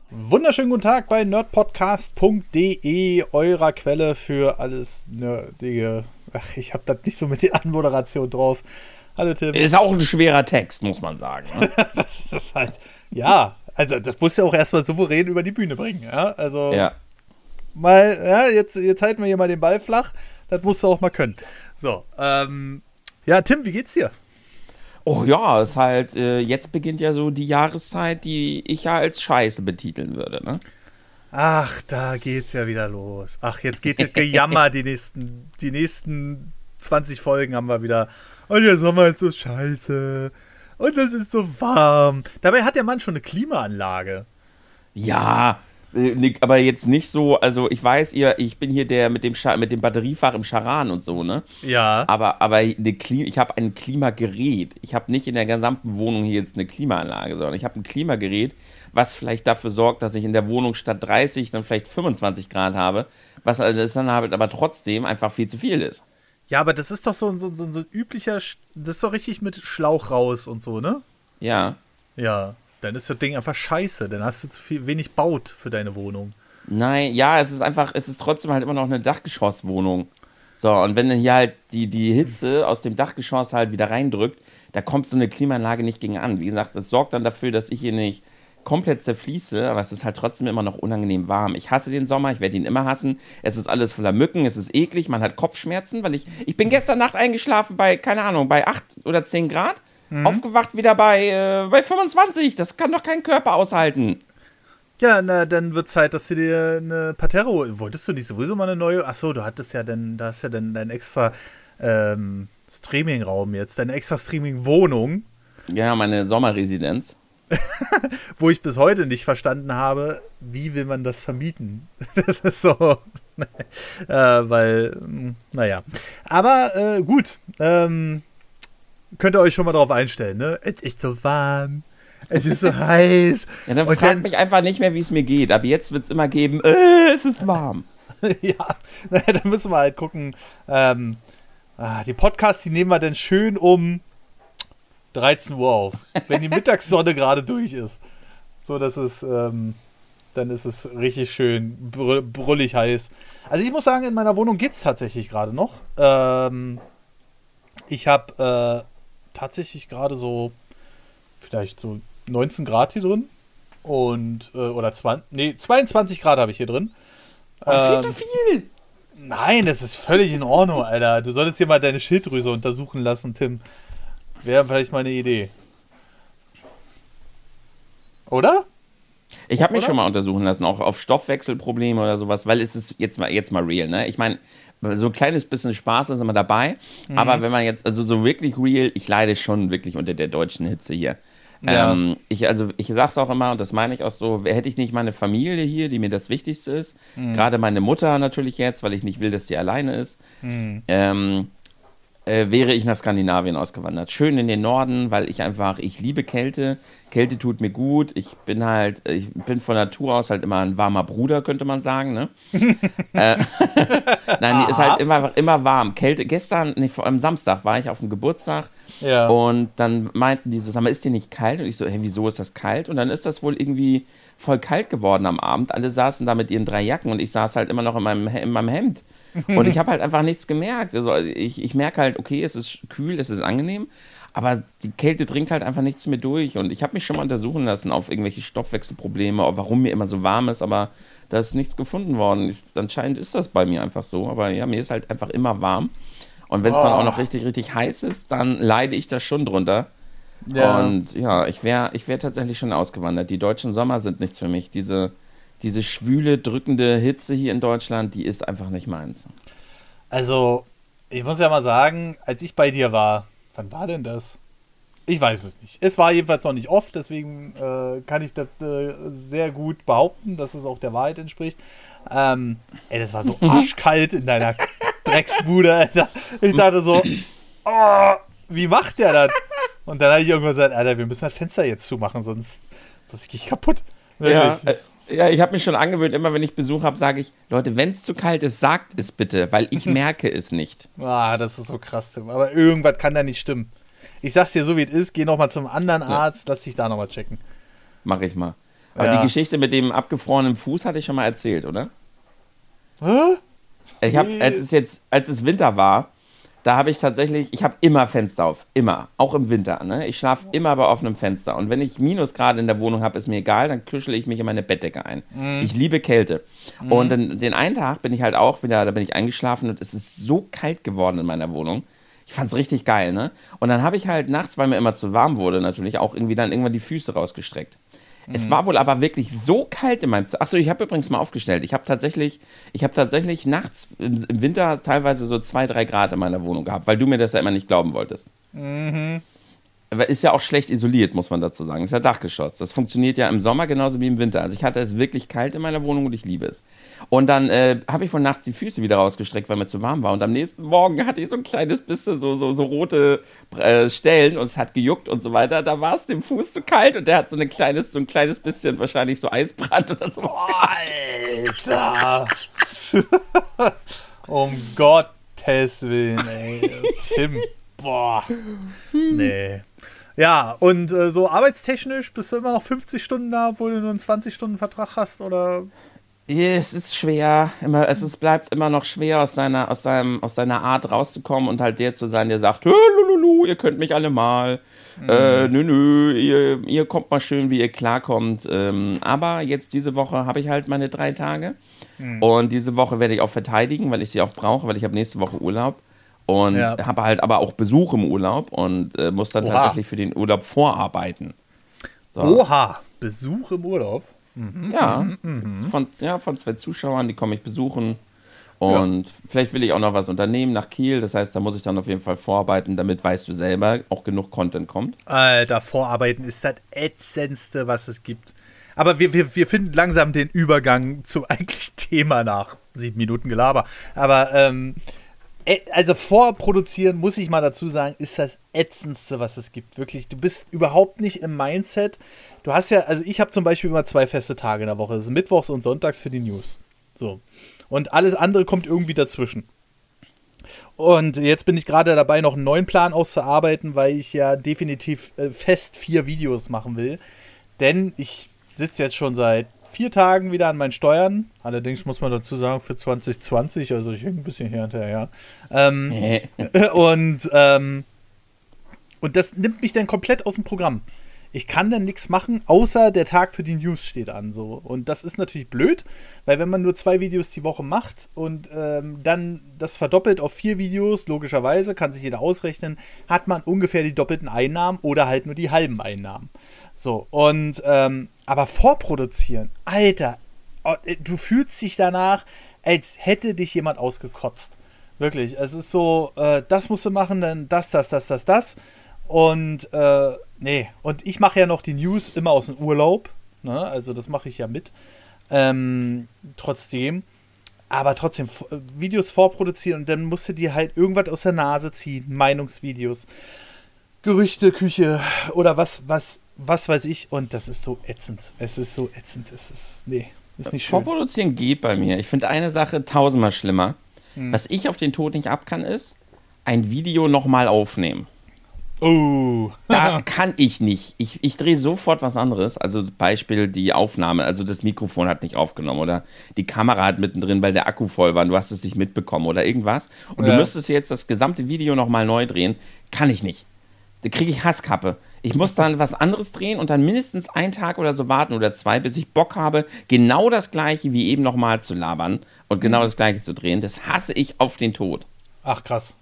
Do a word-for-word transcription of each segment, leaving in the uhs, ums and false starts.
Wunderschönen guten Tag bei nerdpodcast punkt de, eurer Quelle für alles Nerdige. Ach, ich hab das nicht so mit der Anmoderation drauf. Hallo Tim. Ist auch ein schwerer Text, muss man sagen. Ne? Das ist halt, ja, also das musst du ja auch erstmal souverän über die Bühne bringen. Ja, also ja. mal, ja, jetzt, jetzt halten wir hier mal den Ball flach. Das musst du auch mal können. So, ähm, ja, Tim, wie geht's dir? Oh ja, es ist halt, äh, jetzt beginnt ja so die Jahreszeit, die ich ja als Scheiße betiteln würde, ne? Ach, da geht's ja wieder los. Ach, jetzt geht das Gejammer, die nächsten, die nächsten zwanzig Folgen haben wir wieder. Und der Sommer ist so scheiße. Und es ist so warm. Dabei hat der Mann schon eine Klimaanlage. Ja, äh, aber jetzt nicht so, also ich weiß, ihr, ich bin hier der mit dem, Scha- mit dem Batteriefach im Charan und so, ne? Ja. Aber, aber eine Kli- ich habe ein Klimagerät. Ich habe nicht in der gesamten Wohnung hier jetzt eine Klimaanlage, sondern ich habe ein Klimagerät, was vielleicht dafür sorgt, dass ich in der Wohnung statt dreißig dann vielleicht fünfundzwanzig Grad habe, was das dann halt aber trotzdem einfach viel zu viel ist. Ja, aber das ist doch so, so, so, so ein üblicher, Sch- das ist doch richtig mit Schlauch raus und so, ne? Ja. Ja. Dann ist das Ding einfach scheiße. Dann hast du zu viel, wenig Baut für deine Wohnung. Nein, ja, es ist einfach, es ist trotzdem halt immer noch eine Dachgeschosswohnung. So, und wenn dann hier halt die, die Hitze aus dem Dachgeschoss halt wieder reindrückt, da kommt so eine Klimaanlage nicht gegen an. Wie gesagt, das sorgt dann dafür, dass ich hier nicht komplett zerfließe, aber es ist halt trotzdem immer noch unangenehm warm. Ich hasse den Sommer, ich werde ihn immer hassen. Es ist alles voller Mücken, es ist eklig, man hat Kopfschmerzen, weil ich, ich bin gestern Nacht eingeschlafen bei, keine Ahnung, bei acht oder zehn Grad. Mhm. Aufgewacht wieder bei, äh, bei fünfundzwanzig. Das kann doch kein Körper aushalten. Ja, na, dann wird Zeit, dass du dir eine Patero. Wolltest du nicht sowieso mal eine neue? Achso, du hattest ja dann, da hast ja dann deinen extra ähm, Streaming-Raum jetzt, deine extra Streaming-Wohnung. Ja, meine Sommerresidenz. Wo ich bis heute nicht verstanden habe, wie will man das vermieten? Das ist so. äh, weil, naja. Aber äh, gut. Ähm. Könnt ihr euch schon mal drauf einstellen, ne? Es ist echt so warm, es ist so heiß. Ja, dann und fragt dann, mich einfach nicht mehr, wie es mir geht. Aber jetzt wird es immer geben, äh, es ist warm. Ja, dann müssen wir halt gucken. Ähm, ah, die Podcasts, die nehmen wir dann schön um dreizehn Uhr auf, wenn die Mittagssonne gerade durch ist. So, dass es, ähm, dann ist es richtig schön br- brüllig heiß. Also ich muss sagen, in meiner Wohnung geht es tatsächlich gerade noch. Ähm, ich habe äh, tatsächlich gerade so vielleicht so neunzehn Grad hier drin und äh, oder zwanzig, nee, zweiundzwanzig Grad habe ich hier drin. Oh, ähm, viel zu viel! Nein, das ist völlig in Ordnung, Alter. Du solltest dir mal deine Schilddrüse untersuchen lassen, Tim. Wäre vielleicht mal eine Idee. Oder? Ich habe mich Oder? schon mal untersuchen lassen, auch auf Stoffwechselprobleme oder sowas, weil es ist jetzt mal, jetzt mal real, ne? Ich meine, so ein kleines bisschen Spaß ist immer dabei, mhm. aber wenn man jetzt, also so wirklich real, ich leide schon wirklich unter der deutschen Hitze hier. Ja. Ähm, ich, also ich sag's auch immer, und das meine ich auch so, hätte ich nicht meine Familie hier, die mir das Wichtigste ist, mhm. gerade meine Mutter natürlich jetzt, weil ich nicht will, dass sie alleine ist, mhm. ähm, äh, wäre ich nach Skandinavien ausgewandert. Schön in den Norden, weil ich einfach, ich liebe Kälte. Kälte tut mir gut. Ich bin halt, ich bin von Natur aus halt immer ein warmer Bruder, könnte man sagen, ne? äh, Nein, ist halt immer, immer warm. Kälte, gestern, nee, am Samstag war ich auf dem Geburtstag. Ja. Und dann meinten die so, sag mal, ist dir nicht kalt? Und ich so, hey, wieso ist das kalt? Und dann ist das wohl irgendwie voll kalt geworden am Abend. Alle saßen da mit ihren drei Jacken und ich saß halt immer noch in meinem, in meinem Hemd. Und ich habe halt einfach nichts gemerkt. Also ich, ich merke halt, okay, es ist kühl, es ist angenehm, aber die Kälte dringt halt einfach nichts mehr durch. Und ich habe mich schon mal untersuchen lassen auf irgendwelche Stoffwechselprobleme, warum mir immer so warm ist, aber da ist nichts gefunden worden. Ich, anscheinend ist das bei mir einfach so, aber ja, mir ist halt einfach immer warm. Und wenn es oh. dann auch noch richtig, richtig heiß ist, dann leide ich da schon drunter. Ja. Und ja, ich wäre ich wär tatsächlich schon ausgewandert. Die deutschen Sommer sind nichts für mich. Diese, diese schwüle, drückende Hitze hier in Deutschland, die ist einfach nicht meins. Also, ich muss ja mal sagen, als ich bei dir war, wann war denn das? Ich weiß es nicht. Es war jedenfalls noch nicht oft, deswegen äh, kann ich das äh, sehr gut behaupten, dass es auch der Wahrheit entspricht. Ähm, ey, das war so arschkalt in deiner Drecksbude, Alter. Ich dachte so, oh, wie macht der das? Und dann habe ich irgendwann gesagt, Alter, wir müssen das Fenster jetzt zumachen, sonst, sonst gehe ich kaputt. Ja, äh, ja, ich habe mich schon angewöhnt, immer wenn ich Besuch habe, sage ich, Leute, wenn es zu kalt ist, sagt es bitte, weil ich merke es nicht. Ah, das ist so krass, Tim. Aber irgendwas kann da nicht stimmen. Ich sag's dir so, wie es ist, geh nochmal zum anderen Arzt, ja. Lass dich da nochmal checken. Mach ich mal. Aber Ja. die Geschichte mit dem abgefrorenen Fuß hatte ich schon mal erzählt, oder? Hä? Ich habe, Nee. als es jetzt, als es Winter war, da habe ich tatsächlich, ich habe immer Fenster auf, immer, auch im Winter. Ne? Ich schlafe immer bei offenem Fenster. Und wenn ich Minusgrade in der Wohnung habe, ist mir egal, dann kuschele ich mich in meine Bettdecke ein. Mhm. Ich liebe Kälte. Mhm. Und dann, den einen Tag bin ich halt auch wieder, da bin ich eingeschlafen und es ist so kalt geworden in meiner Wohnung. Ich fand's richtig geil, ne? Und dann habe ich halt nachts, weil mir immer zu warm wurde, natürlich auch irgendwie dann irgendwann die Füße rausgestreckt. Es war wohl aber wirklich so kalt in meinem Zimmer. Achso, ich habe übrigens mal aufgestellt. Ich habe tatsächlich, ich habe tatsächlich nachts im, im Winter teilweise so zwei, drei Grad in meiner Wohnung gehabt, weil du mir das ja immer nicht glauben wolltest. Mhm. Aber ist ja auch schlecht isoliert, muss man dazu sagen. Ist ja Dachgeschoss. Das funktioniert ja im Sommer genauso wie im Winter. Also ich hatte es wirklich kalt in meiner Wohnung und ich liebe es. Und dann äh, habe ich von nachts die Füße wieder rausgestreckt, weil mir zu warm war. Und am nächsten Morgen hatte ich so ein kleines bisschen so, so, so rote äh, Stellen und es hat gejuckt und so weiter. Da war es dem Fuß zu kalt und der hat so, eine kleines, so ein kleines bisschen wahrscheinlich so Eisbrand oder sowas. Alter! Um Gottes Willen, ey. Tim. Boah. Nee. Ja, und äh, so arbeitstechnisch bist du immer noch fünfzig Stunden da, obwohl du nur einen zwanzig-Stunden-Vertrag hast, oder? Ja, es ist schwer, immer, es ist, bleibt immer noch schwer, aus seiner, aus, seinem, aus seiner Art rauszukommen und halt der zu sein, der sagt, lululu, ihr könnt mich alle mal, mhm. äh, nö, nö, ihr, ihr kommt mal schön, wie ihr klarkommt. Ähm, aber jetzt diese Woche habe ich halt meine drei Tage mhm. und diese Woche werde ich auch verteidigen, weil ich sie auch brauche, weil ich habe nächste Woche Urlaub. Und ja. habe halt aber auch Besuch im Urlaub und äh, muss dann Oha. tatsächlich für den Urlaub vorarbeiten. So. Oha, Besuch im Urlaub? Mhm, ja, mhm. Von, ja, von zwei Zuschauern, die komme ich besuchen. Und ja. vielleicht will ich auch noch was unternehmen nach Kiel. Das heißt, da muss ich dann auf jeden Fall vorarbeiten, damit, weißt du selber, auch genug Content kommt. Alter, Vorarbeiten ist das Ätzendste, was es gibt. Aber wir, wir, wir finden langsam den Übergang zu eigentlich Thema nach sieben Minuten Gelaber. Aber, ähm... Also vorproduzieren, muss ich mal dazu sagen, ist das Ätzendste, was es gibt. Wirklich, du bist überhaupt nicht im Mindset. Du hast ja, also ich habe zum Beispiel immer zwei feste Tage in der Woche. Das ist mittwochs und sonntags für die News. So. Und alles andere kommt irgendwie dazwischen. Und jetzt bin ich gerade dabei, noch einen neuen Plan auszuarbeiten, weil ich ja definitiv äh, fest vier Videos machen will. Denn ich sitze jetzt schon seit vier Tagen wieder an meinen Steuern. Allerdings muss man dazu sagen, für zwanzig zwanzig, also ich hänge ein bisschen hier hinterher. Ähm, und, ähm, und das nimmt mich dann komplett aus dem Programm. Ich kann dann nichts machen, außer der Tag für die News steht an. So. Und das ist natürlich blöd, weil wenn man nur zwei Videos die Woche macht und ähm, dann das verdoppelt auf vier Videos, logischerweise, kann sich jeder ausrechnen, hat man ungefähr die doppelten Einnahmen oder halt nur die halben Einnahmen. So, und, ähm, aber vorproduzieren, Alter, du fühlst dich danach, als hätte dich jemand ausgekotzt. Wirklich, es ist so, äh, das musst du machen, dann das, das, das, das, das. Und, äh, nee, und ich mache ja noch die News immer aus dem Urlaub, ne, also das mache ich ja mit, ähm, trotzdem. Aber trotzdem, Videos vorproduzieren und dann musst du dir halt irgendwas aus der Nase ziehen, Meinungsvideos, Gerüchte, Küche oder was, was, was weiß ich, und das ist so ätzend. Es ist so ätzend. Es ist, nee, ist nicht schön. Vorproduzieren geht bei mir. Ich finde eine Sache tausendmal schlimmer. Hm. Was ich auf den Tod nicht ab kann, ist, ein Video nochmal aufnehmen. Oh. Da kann ich nicht. Ich, ich drehe sofort was anderes. Also Beispiel die Aufnahme. Also das Mikrofon hat nicht aufgenommen oder die Kamera hat mittendrin, weil der Akku voll war und du hast es nicht mitbekommen oder irgendwas. Und ja. du müsstest jetzt das gesamte Video nochmal neu drehen. Kann ich nicht. Da kriege ich Hasskappe. Ich muss dann was anderes drehen und dann mindestens einen Tag oder so warten oder zwei, bis ich Bock habe, genau das Gleiche wie eben nochmal zu labern und genau das Gleiche zu drehen. Das hasse ich auf den Tod. Ach, krass.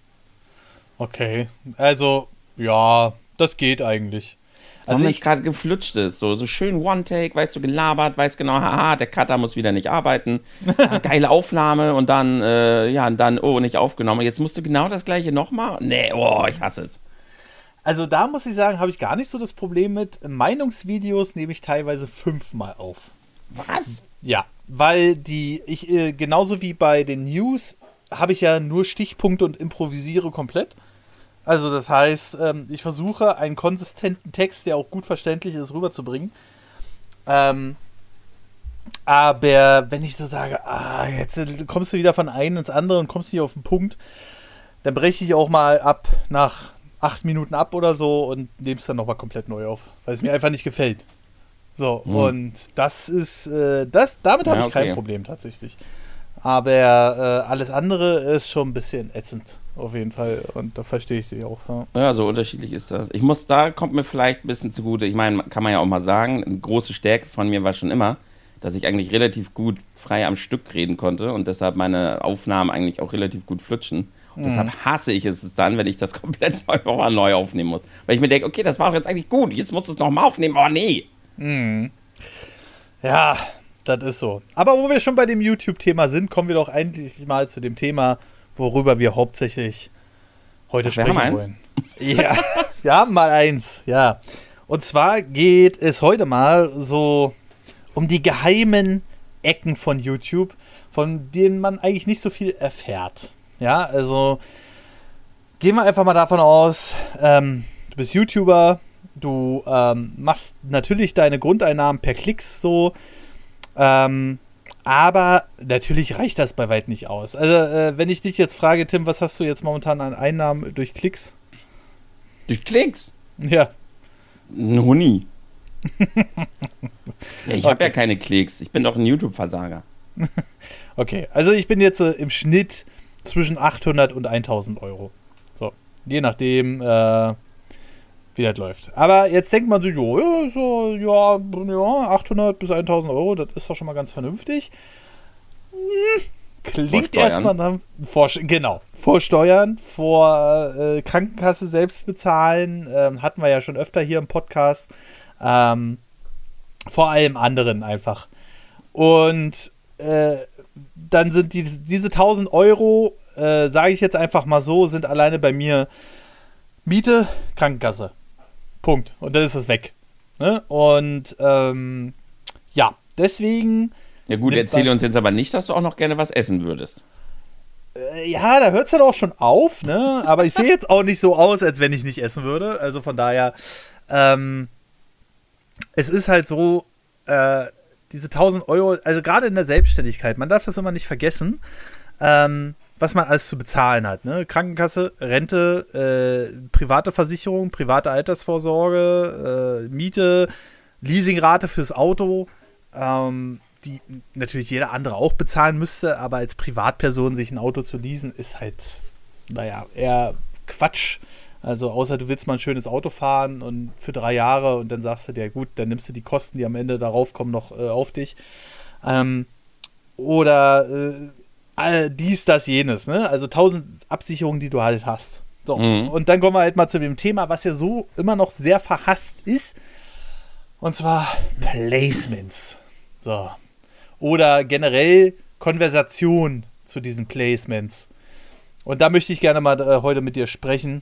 Okay. Also, ja, das geht eigentlich. Also wenn es gerade geflutscht ist, so, so schön One-Take, weißt du, gelabert, weißt genau, haha, der Cutter muss wieder nicht arbeiten. Ja, geile Aufnahme und dann, äh, ja, und dann, oh, nicht aufgenommen. Jetzt musst du genau das Gleiche nochmal? Nee, oh, ich hasse es. Also da muss ich sagen, habe ich gar nicht so das Problem mit. Meinungsvideos nehme ich teilweise fünfmal auf. Was? Ja, weil die, ich, äh, genauso wie bei den News, habe ich ja nur Stichpunkte und improvisiere komplett. Also das heißt, ähm, ich versuche einen konsistenten Text, der auch gut verständlich ist, rüberzubringen. Ähm, aber wenn ich so sage, ah, jetzt kommst du wieder von einem ins andere und kommst nicht auf den Punkt, dann breche ich auch mal ab nach acht Minuten ab oder so und nehme es dann nochmal komplett neu auf, weil es mir einfach nicht gefällt. So, Hm. und das ist, äh, das, damit habe Ja, ich kein okay. Problem tatsächlich. Aber äh, alles andere ist schon ein bisschen ätzend, auf jeden Fall. Und da verstehe ich sie auch. Ja. Ja, so unterschiedlich ist das. Ich muss, da kommt mir vielleicht ein bisschen zugute. Ich meine, kann man ja auch mal sagen, eine große Stärke von mir war schon immer, dass ich eigentlich relativ gut frei am Stück reden konnte und deshalb meine Aufnahmen eigentlich auch relativ gut flutschen. Und deshalb hasse ich es dann, wenn ich das komplett neu, nochmal neu aufnehmen muss. Weil ich mir denke, okay, das war doch jetzt eigentlich gut, jetzt musst du es nochmal aufnehmen. Oh nee. Ja, das ist so. Aber wo wir schon bei dem YouTube-Thema sind, kommen wir doch eigentlich mal zu dem Thema, worüber wir hauptsächlich heute Ach, wir sprechen haben eins? wollen. Ja, wir haben mal eins, ja. Und zwar geht es heute mal so um die geheimen Ecken von YouTube, von denen man eigentlich nicht so viel erfährt. Ja, also gehen wir einfach mal davon aus, ähm, du bist YouTuber, du ähm, machst natürlich deine Grundeinnahmen per Klicks so, ähm, aber natürlich reicht das bei weitem nicht aus. Also äh, wenn ich dich jetzt frage, Tim, was hast du jetzt momentan an Einnahmen durch Klicks? Durch Klicks. Ja. Ein Huni. Ja, ich habe Okay. ja keine Klicks. Ich bin doch ein YouTube-Versager. Okay, also ich bin jetzt äh, im Schnitt zwischen achthundert und tausend Euro. So, je nachdem, äh, wie das läuft. Aber jetzt denkt man so, jo, ja, so, ja, ja, achthundert bis tausend Euro, das ist doch schon mal ganz vernünftig. Hm, klingt Vor Steuern. erstmal dann, vor, genau, vor Steuern, vor äh, Krankenkasse selbst bezahlen, ähm, hatten wir ja schon öfter hier im Podcast. Ähm, vor allem anderen einfach. Und äh, dann sind die, diese tausend Euro, äh, sage ich jetzt einfach mal so, sind alleine bei mir Miete, Krankenkasse. Punkt. Und dann ist es weg. Ne? Und ähm, ja, deswegen, Ja gut, Nimmt erzähle man- uns jetzt aber nicht, dass du auch noch gerne was essen würdest. äh, ja, da hört es dann auch schon auf, ne? Aber ich sehe jetzt auch nicht so aus, als wenn ich nicht essen würde. Also von daher, ähm, es ist halt so, äh, diese tausend Euro, also gerade in der Selbstständigkeit, man darf das immer nicht vergessen, ähm, was man alles zu bezahlen hat. Ne? Krankenkasse, Rente, äh, private Versicherung, private Altersvorsorge, äh, Miete, Leasingrate fürs Auto, ähm, die natürlich jeder andere auch bezahlen müsste, aber als Privatperson sich ein Auto zu leasen, ist halt, naja, eher Quatsch. Also außer du willst mal ein schönes Auto fahren und für drei Jahre und dann sagst du dir, gut, dann nimmst du die Kosten, die am Ende darauf kommen, noch äh, auf dich. Ähm, oder äh, äh, dies, das, jenes, ne? Also tausend Absicherungen, die du halt hast. So, Mhm. und dann kommen wir halt mal zu dem Thema, was ja so immer noch sehr verhasst ist. Und zwar Placements. So. Oder generell Konversation zu diesen Placements. Und da möchte ich gerne mal äh, heute mit dir sprechen.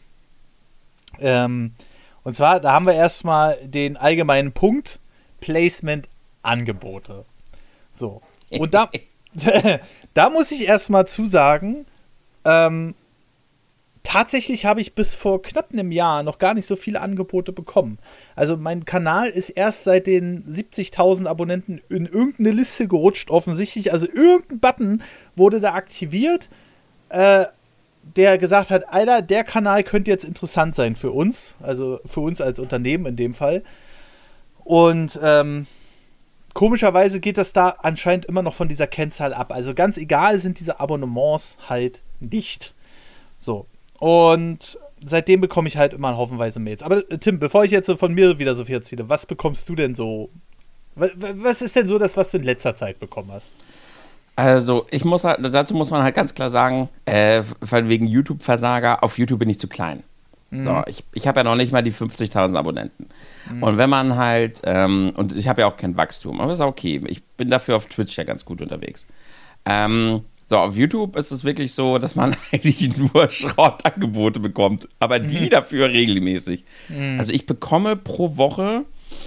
Ähm, und zwar, da haben wir erstmal den allgemeinen Punkt Placement-Angebote. So. Und da, da muss ich erstmal zusagen, ähm, tatsächlich habe ich bis vor knapp einem Jahr noch gar nicht so viele Angebote bekommen. Also mein Kanal ist erst seit den siebzigtausend Abonnenten in irgendeine Liste gerutscht, offensichtlich. Also irgendein Button wurde da aktiviert, äh, der gesagt hat, Alter, der Kanal könnte jetzt interessant sein für uns, also für uns als Unternehmen in dem Fall. Und ähm, komischerweise geht das da anscheinend immer noch von dieser Kennzahl ab. Also ganz egal sind diese Abonnements halt nicht. So. Und seitdem bekomme ich halt immer haufenweise Mails. Aber äh, Tim, bevor ich jetzt so von mir wieder so viel erzähle, was bekommst du denn so? Was, was ist denn so das, was du in letzter Zeit bekommen hast? Also, ich muss halt, dazu muss man halt ganz klar sagen, äh, von wegen YouTube-Versager, auf YouTube bin ich zu klein. So, ich, ich habe ja noch nicht mal die fünfzigtausend Abonnenten. Und wenn man halt, ähm, und ich habe ja auch kein Wachstum, aber ist auch okay. Ich bin dafür auf Twitch ja ganz gut unterwegs. Ähm, so, auf YouTube ist es wirklich so, dass man eigentlich nur Schrottangebote bekommt, aber die dafür regelmäßig. Also ich bekomme pro Woche,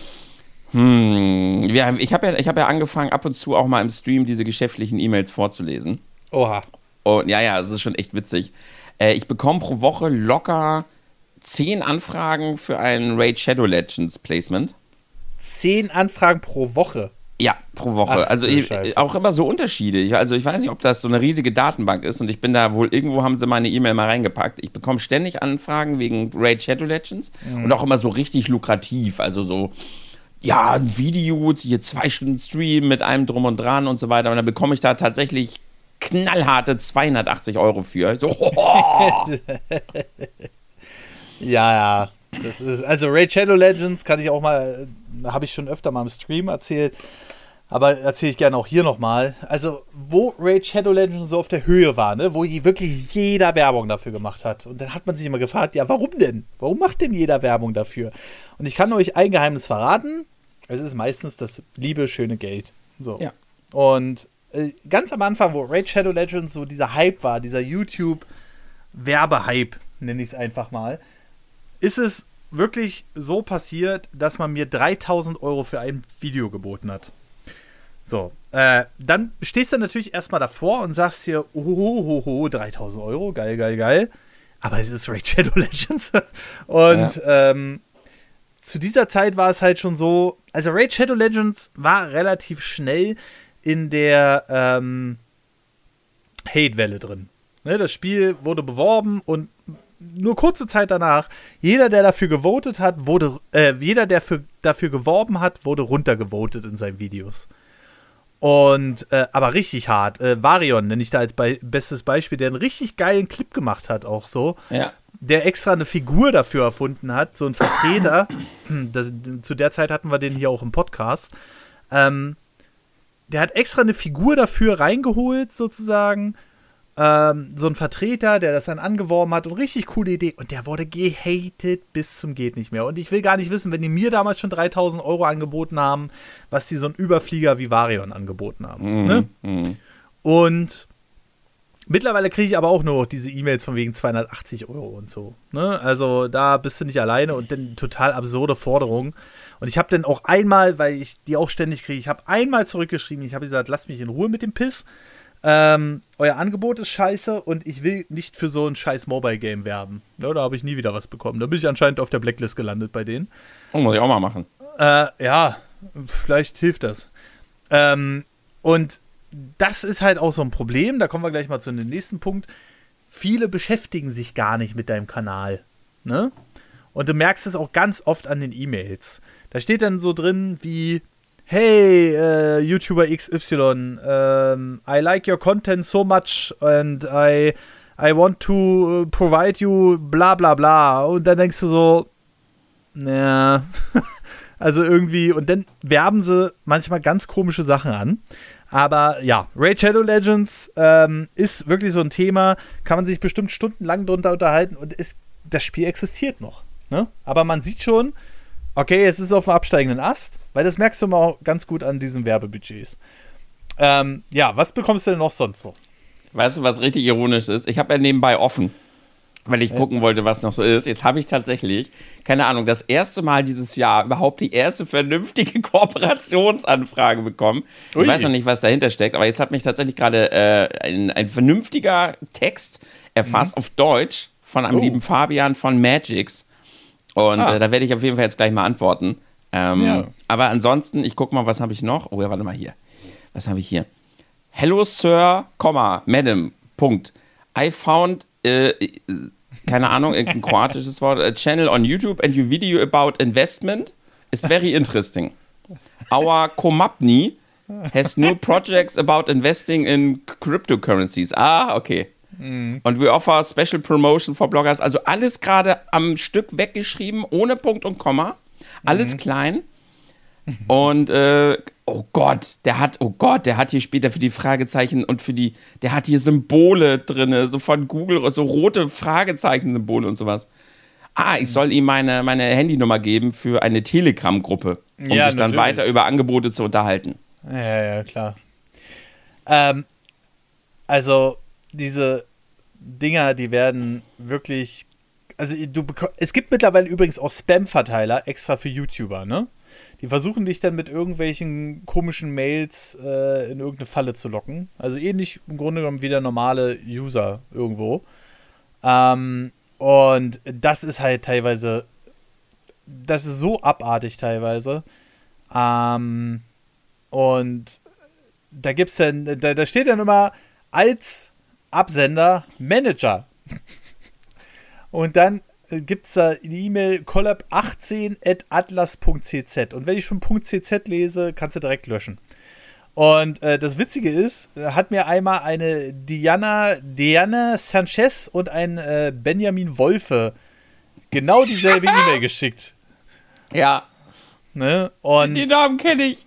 hm, wir haben, ich habe ja, ich hab ja angefangen, ab und zu auch mal im Stream diese geschäftlichen E-Mails vorzulesen. Oha. Und ja, ja, das ist schon echt witzig. Äh, ich bekomme pro Woche locker zehn Anfragen für ein Raid Shadow Legends Placement. Zehn Anfragen pro Woche. Ja, pro Woche. Ach, also du ich, Scheiße. auch immer so Unterschiede. Ich, also ich weiß nicht, ob das so eine riesige Datenbank ist und ich bin da wohl, irgendwo haben sie meine E-Mail mal reingepackt. Ich bekomme ständig Anfragen wegen Raid Shadow Legends und auch immer so richtig lukrativ. Also so ja, ein Video, hier zwei Stunden Stream mit allem drum und dran und so weiter. Und dann bekomme ich da tatsächlich knallharte zweihundertachtzig Euro für. So, oh. Ja, ja. Das ist, also Raid Shadow Legends kann ich auch mal, habe ich schon öfter mal im Stream erzählt, aber erzähle ich gerne auch hier nochmal. Also, wo Raid Shadow Legends so auf der Höhe war, ne, wo wirklich jeder Werbung dafür gemacht hat. Und dann hat man sich immer gefragt, ja, warum denn? Warum macht denn jeder Werbung dafür? Und ich kann euch ein Geheimnis verraten. Es ist meistens das liebe, schöne Geld. So. Ja. Und äh, ganz am Anfang, wo Raid Shadow Legends so dieser Hype war, dieser YouTube-Werbehype, nenne ich es einfach mal, ist es wirklich so passiert, dass man mir dreitausend Euro für ein Video geboten hat. So, äh, dann stehst du natürlich erstmal davor und sagst dir, oh, oh, oh, dreitausend Euro, geil, geil, geil. Aber es ist Raid Shadow Legends. Und ja. ähm, zu dieser Zeit war es halt schon so, also Raid Shadow Legends war relativ schnell in der ähm, Hate-Welle drin. Ne, das Spiel wurde beworben und nur kurze Zeit danach, jeder, der dafür gewotet hat, wurde, äh, jeder, der für, dafür geworben hat, wurde runtergevotet in seinen Videos. Und, äh, aber richtig hart. Äh, Varion nenne ich da als Be- bestes Beispiel, der einen richtig geilen Clip gemacht hat, auch so. Ja. Der extra eine Figur dafür erfunden hat, so ein Vertreter. das, zu der Zeit hatten wir den hier auch im Podcast. Ähm, der hat extra eine Figur dafür reingeholt, sozusagen. Ähm, so ein Vertreter, der das dann angeworben hat und richtig coole Idee. Und der wurde gehatet bis zum geht nicht mehr. Und ich will gar nicht wissen, wenn die mir damals schon dreitausend Euro angeboten haben, was die so einen Überflieger wie Varion angeboten haben. Mhm. Ne? Mhm. Und mittlerweile kriege ich aber auch nur diese E-Mails von wegen zweihundertachtzig Euro und so. Ne? Also da bist du nicht alleine und dann total absurde Forderungen. Und ich habe dann auch einmal, weil ich die auch ständig kriege, ich habe einmal zurückgeschrieben, ich habe gesagt, lasst mich in Ruhe mit dem Piss. Ähm, euer Angebot ist scheiße und ich will nicht für so ein scheiß Mobile-Game werben. Ja, da habe ich nie wieder was bekommen. Da bin ich anscheinend auf der Blacklist gelandet bei denen. Oh, muss ich auch mal machen. Äh, ja, vielleicht hilft das. Ähm, und das ist halt auch so ein Problem. Da kommen wir gleich mal zu dem nächsten Punkt. Viele beschäftigen sich gar nicht mit deinem Kanal. Ne? Und du merkst es auch ganz oft an den E-Mails. Da steht dann so drin wie: Hey, uh, YouTuber X Y, um, I like your content so much and I, I want to provide you bla bla bla. Und dann denkst du so, naja, also irgendwie, und dann werben sie manchmal ganz komische Sachen an. Aber ja, Raid Shadow Legends ähm, ist wirklich so ein Thema, kann man sich bestimmt stundenlang drunter unterhalten und ist, das Spiel existiert noch. Ne? Aber man sieht schon, okay, es ist auf dem absteigenden Ast, weil das merkst du mal auch ganz gut an diesen Werbebudgets. Ähm, ja, was bekommst du denn noch sonst so? Weißt du, was richtig ironisch ist? Ich habe ja nebenbei offen, weil ich ja. gucken wollte, was noch so ist. Jetzt habe ich tatsächlich, keine Ahnung, das erste Mal dieses Jahr überhaupt die erste vernünftige Kooperationsanfrage bekommen. Ich Ui. weiß noch nicht, was dahinter steckt, aber jetzt hat mich tatsächlich gerade äh, ein, ein vernünftiger Text erfasst mhm. auf Deutsch von einem oh. lieben Fabian von Magix. Und ah. äh, da werde ich auf jeden Fall jetzt gleich mal antworten. Ähm, ja. Aber ansonsten, ich gucke mal, was habe ich noch? Oh ja, warte mal hier. Was habe ich hier? Hello, Sir, Komma, Madam, Punkt. I found, äh, keine Ahnung, ein kroatisches Wort, a channel on YouTube and your video about investment is very interesting. Our Komapni has new projects about investing in cryptocurrencies. Ah, okay. Mhm. Und we offer special promotion for bloggers. Also alles gerade am Stück weggeschrieben, ohne Punkt und Komma. Alles mhm. klein. Und, äh, oh Gott, der hat, oh Gott, der hat hier später für die Fragezeichen und für die, der hat hier Symbole drin, so von Google, so rote Fragezeichen-Symbole und sowas. Ah, ich soll ihm meine, meine Handynummer geben für eine Telegram-Gruppe, um ja, sich dann natürlich. weiter über Angebote zu unterhalten. Ja, ja, klar. Ähm, also, diese Dinger, die werden wirklich, also du beko- es gibt mittlerweile übrigens auch Spam-Verteiler extra für YouTuber, ne? Die versuchen dich dann mit irgendwelchen komischen Mails äh, in irgendeine Falle zu locken. Also ähnlich im Grunde genommen wie der normale User irgendwo. Ähm, und das ist halt teilweise, das ist so abartig teilweise. Ähm, und da gibt's dann, da, da steht dann immer als Absender Manager. Und dann gibt es da die E-Mail collab achtzehn at atlas punkt c z. Und wenn ich schon .cz lese, kannst du direkt löschen. Und äh, das Witzige ist, hat mir einmal eine Diana, Diana Sanchez und ein äh, Benjamin Wolfe genau dieselbe E-Mail geschickt. Ja. Ne? Und die Namen kenne ich.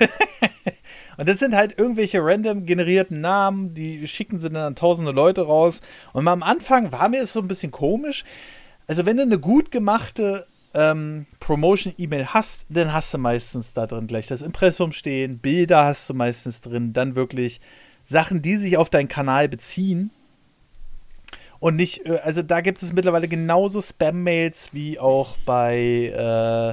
Und das sind halt irgendwelche random generierten Namen, die schicken sie dann an tausende Leute raus. Und mal am Anfang war mir das so ein bisschen komisch. Also wenn du eine gut gemachte ähm, Promotion-E-Mail hast, dann hast du meistens da drin gleich das Impressum stehen, Bilder hast du meistens drin, dann wirklich Sachen, die sich auf deinen Kanal beziehen. Und nicht, also da gibt es mittlerweile genauso Spam-Mails wie auch bei